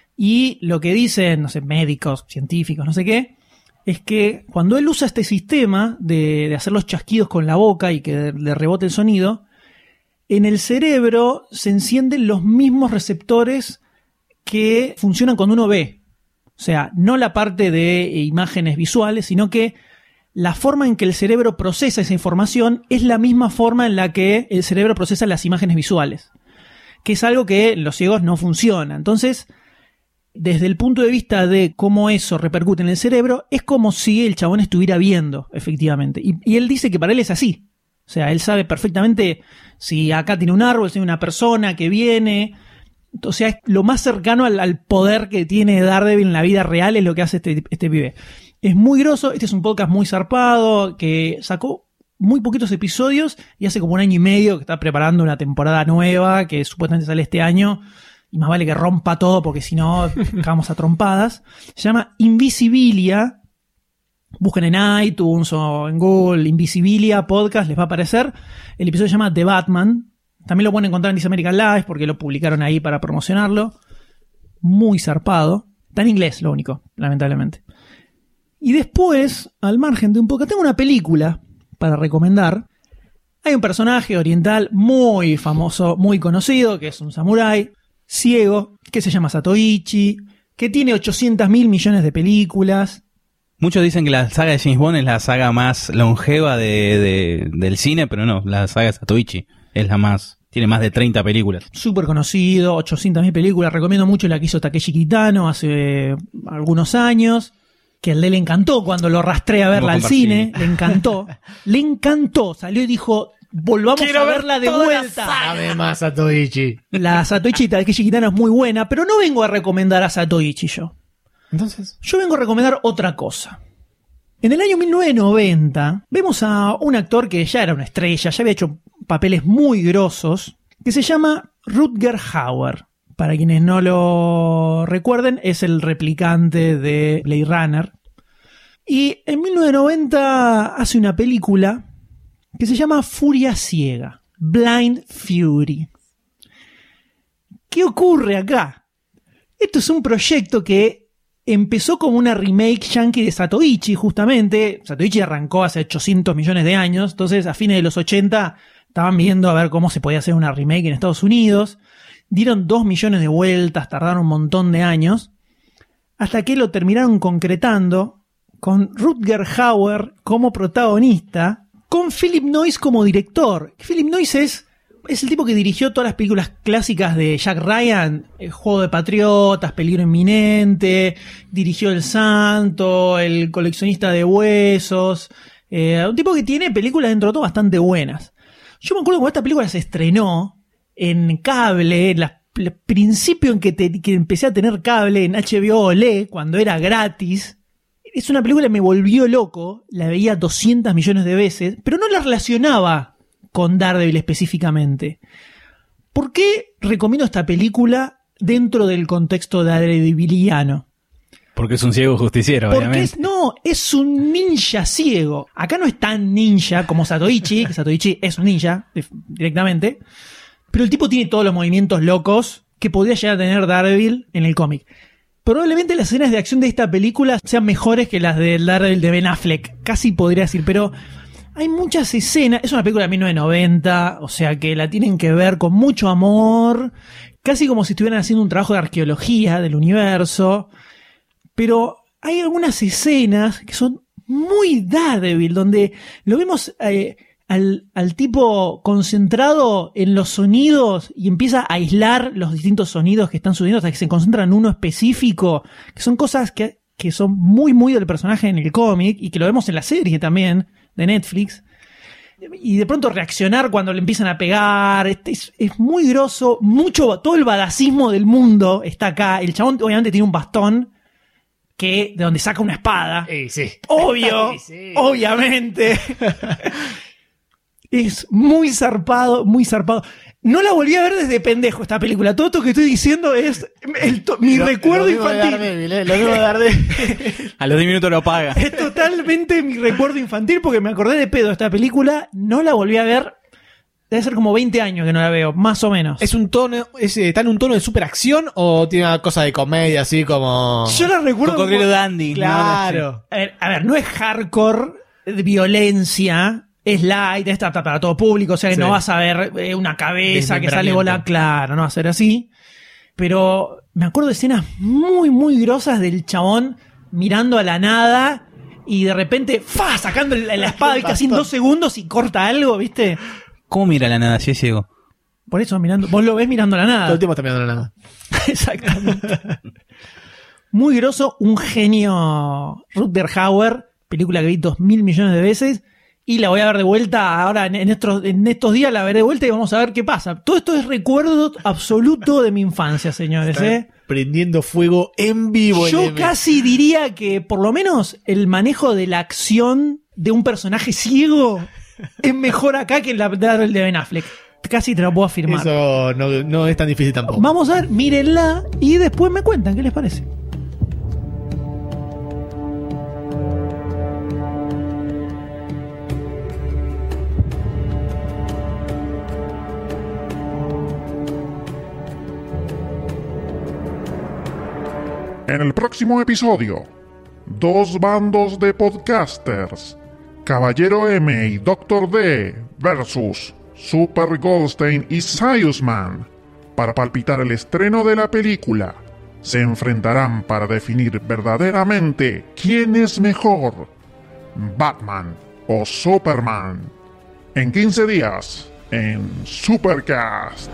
y lo que dicen, no sé, médicos, científicos, no sé qué, es que cuando él usa este sistema de hacer los chasquidos con la boca y que le rebote el sonido, en el cerebro se encienden los mismos receptores que funcionan cuando uno ve. O sea, no la parte de imágenes visuales, sino que la forma en que el cerebro procesa esa información es la misma forma en la que el cerebro procesa las imágenes visuales, que es algo que en los ciegos no funciona. Entonces, desde el punto de vista de cómo eso repercute en el cerebro, es como si el chabón estuviera viendo, efectivamente. Y él dice que para él es así. O sea, él sabe perfectamente si acá tiene un árbol, si hay una persona que viene. O sea, es lo más cercano al poder que tiene Daredevil en la vida real, es lo que hace este pibe. Es muy groso. Este es un podcast muy zarpado, que sacó muy poquitos episodios y hace como 1 año y medio que está preparando una temporada nueva que supuestamente sale este año. Y más vale que rompa todo, porque si no, acabamos a trompadas. Se llama Invisibilia. Busquen en iTunes o en Google Invisibilia Podcast, les va a aparecer. El episodio se llama The Batman. También lo pueden encontrar en This American Life, porque lo publicaron ahí para promocionarlo. Muy zarpado. Está en inglés, lo único, lamentablemente. Y después, al margen de un poco, tengo una película para recomendar. Hay un personaje oriental muy famoso, muy conocido, que es un samurái ciego, que se llama Zatoichi, que tiene 800.000 millones de películas. Muchos dicen que la saga de James Bond es la saga más longeva del cine, pero no, la saga de Zatoichi es la más, tiene más de 30 películas. Súper conocido, 800.000 películas. Recomiendo mucho la que hizo Takeshi Kitano hace algunos años, que a él le encantó cuando lo arrastré a verla al cine. Le encantó, salió y dijo: volvamos a verla de vuelta. Además, Zatoichi. La Zatoichi de Takeshi Kitano es muy buena, pero no vengo a recomendar a Zatoichi yo. Entonces, yo vengo a recomendar otra cosa. En el año 1990 vemos a un actor que ya era una estrella, ya había hecho papeles muy grosos, que se llama Rutger Hauer. Para quienes no lo recuerden, es el replicante de Blade Runner. Y en 1990 hace una película que se llama Furia Ciega, Blind Fury. ¿Qué ocurre acá? Esto es un proyecto que empezó como una remake yankee de Zatoichi, justamente. Zatoichi arrancó hace 800 millones de años, entonces a fines de los 80 estaban viendo a ver cómo se podía hacer una remake en Estados Unidos. Dieron 2 millones de vueltas, tardaron un montón de años, hasta que lo terminaron concretando con Rutger Hauer como protagonista, con Philip Noyce como director. Philip Noyce es el tipo que dirigió todas las películas clásicas de Jack Ryan, El Juego de Patriotas, Peligro Inminente, dirigió El Santo, El Coleccionista de Huesos, un tipo que tiene películas dentro de todo bastante buenas. Yo me acuerdo cuando esta película se estrenó en cable, el principio en que empecé a tener cable en HBO Olé, cuando era gratis. Es una película que me volvió loco, la veía 200 millones de veces, pero no la relacionaba con Daredevil específicamente. ¿Por qué recomiendo esta película dentro del contexto daredeviliano? Porque es un ciego justiciero, obviamente. Es un ninja ciego. Acá no es tan ninja como Zatoichi, que Zatoichi es un ninja directamente, pero el tipo tiene todos los movimientos locos que podría llegar a tener Daredevil en el cómic. Probablemente las escenas de acción de esta película sean mejores que las del Daredevil de Ben Affleck, casi podría decir, pero hay muchas escenas. Es una película de 1990, o sea que la tienen que ver con mucho amor, casi como si estuvieran haciendo un trabajo de arqueología del universo, pero hay algunas escenas que son muy Daredevil, donde lo vemos al tipo concentrado en los sonidos y empieza a aislar los distintos sonidos que están sucediendo hasta que se concentra en uno específico, que son cosas que son muy muy del personaje en el cómic y que lo vemos en la serie también de Netflix, y de pronto reaccionar cuando le empiezan a pegar. Es muy groso, todo el badacismo del mundo está acá. El chabón obviamente tiene un bastón de donde saca una espada. Sí. Obvio, sí. Obviamente. Es muy zarpado, muy zarpado. No la volví a ver desde pendejo esta película. Todo esto que estoy diciendo es mi recuerdo infantil. Lo mismo de Daredevil. A los 10 minutos lo apaga. Es totalmente mi recuerdo infantil porque me acordé de pedo de esta película. No la volví a ver. Debe ser como 20 años que no la veo, más o menos. ¿Está en un tono de superacción o tiene una cosa de comedia así como... Yo la recuerdo Cocodrilo Dandy. Claro. ¿no? A ver, no es hardcore de violencia. Es light, está para todo público, o sea que no vas a ver una cabeza que sale volando, claro, no va a ser así. Pero me acuerdo de escenas muy, muy grosas del chabón mirando a la nada y de repente, ¡fa! Sacando la espada, ¿viste? Así en 2 segundos y corta algo, ¿viste? ¿Cómo mira la nada si es ciego? Por eso, vos lo ves mirando a la nada. Todo el tiempo está mirando a la nada. Exactamente. Muy groso, un genio Rutger Hauer, película que vi 2.000 millones de veces. Y la voy a ver de vuelta ahora en estos días, la veré de vuelta y vamos a ver qué pasa. Todo esto es recuerdo absoluto de mi infancia, señores. Prendiendo fuego en vivo. Yo casi diría que por lo menos el manejo de la acción de un personaje ciego es mejor acá que en la de Ben Affleck. Casi te lo puedo afirmar. Eso no es tan difícil tampoco. Vamos a ver, mírenla y después me cuentan qué les parece. En el próximo episodio, 2 bandos de podcasters, Caballero M y Dr. D versus Super Goldstein y Sayusman, para palpitar el estreno de la película. Se enfrentarán para definir verdaderamente quién es mejor, Batman o Superman. En 15 días, en Supercast.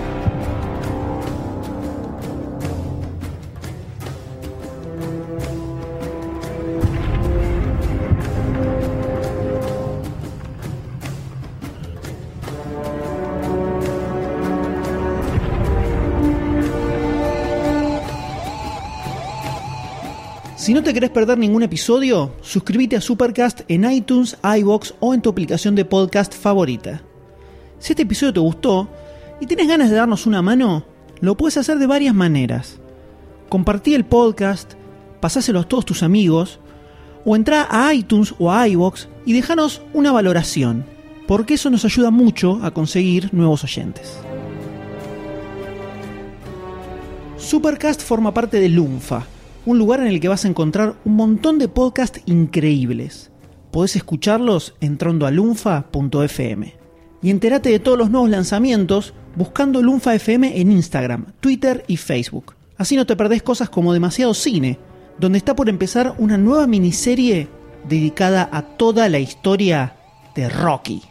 Si no te querés perder ningún episodio, suscríbete a Supercast en iTunes, iVoox o en tu aplicación de podcast favorita. Si este episodio te gustó y tienes ganas de darnos una mano, lo puedes hacer de varias maneras. Compartí el podcast, pasáselo a todos tus amigos, o entrá a iTunes o a iVoox y déjanos una valoración, porque eso nos ayuda mucho a conseguir nuevos oyentes. Supercast forma parte de Lunfa, un lugar en el que vas a encontrar un montón de podcasts increíbles. Podés escucharlos entrando a lunfa.fm. Y entérate de todos los nuevos lanzamientos buscando Lunfa FM en Instagram, Twitter y Facebook. Así no te perdés cosas como Demasiado Cine, donde está por empezar una nueva miniserie dedicada a toda la historia de Rocky.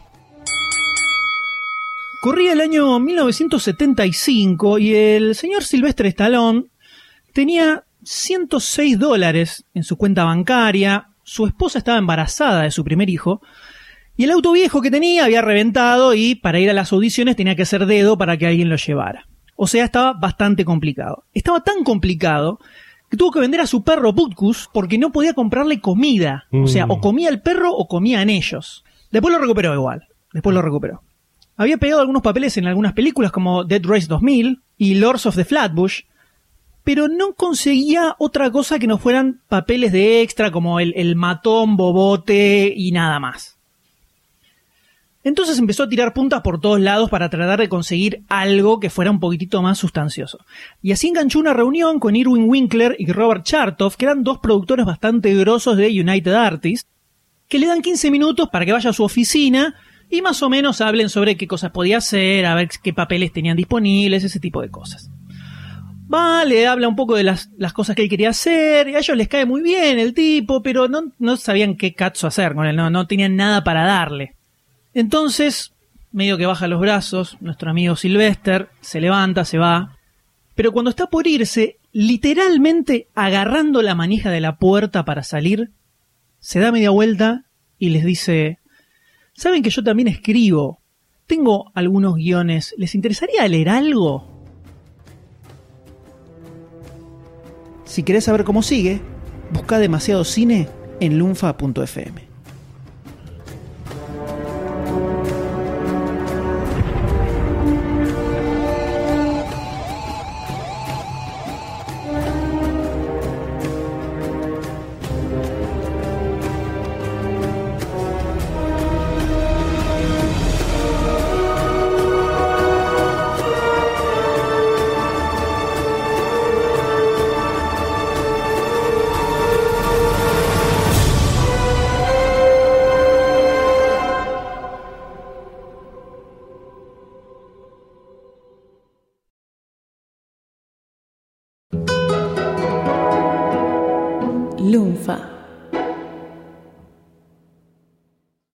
Corría el año 1975 y el señor Sylvester Stallone tenía $106 en su cuenta bancaria, su esposa estaba embarazada de su primer hijo y el auto viejo que tenía había reventado y para ir a las audiciones tenía que hacer dedo para que alguien lo llevara. O sea, estaba bastante complicado. Estaba tan complicado que tuvo que vender a su perro Butkus porque no podía comprarle comida. O sea, o comía el perro o comían ellos. Después lo recuperó igual. Había pegado algunos papeles en algunas películas como Dead Race 2000 y Lords of the Flatbush, pero no conseguía otra cosa que no fueran papeles de extra como el matón, bobote y nada más. Entonces empezó a tirar puntas por todos lados para tratar de conseguir algo que fuera un poquitito más sustancioso. Y así enganchó una reunión con Irwin Winkler y Robert Chartoff, que eran dos productores bastante grosos de United Artists, que le dan 15 minutos para que vaya a su oficina y más o menos hablen sobre qué cosas podía hacer, a ver qué papeles tenían disponibles, ese tipo de cosas. Le habla un poco de las cosas que él quería hacer, y a ellos les cae muy bien el tipo, pero no sabían qué cazzo hacer con él, no tenían nada para darle. Entonces, medio que baja los brazos, nuestro amigo Sylvester se levanta, se va, pero cuando está por irse, literalmente agarrando la manija de la puerta para salir, se da media vuelta y les dice: ¿saben que yo también escribo? Tengo algunos guiones, ¿les interesaría leer algo? Si querés saber cómo sigue, busca Demasiado Cine en lunfa.fm. Lunfa.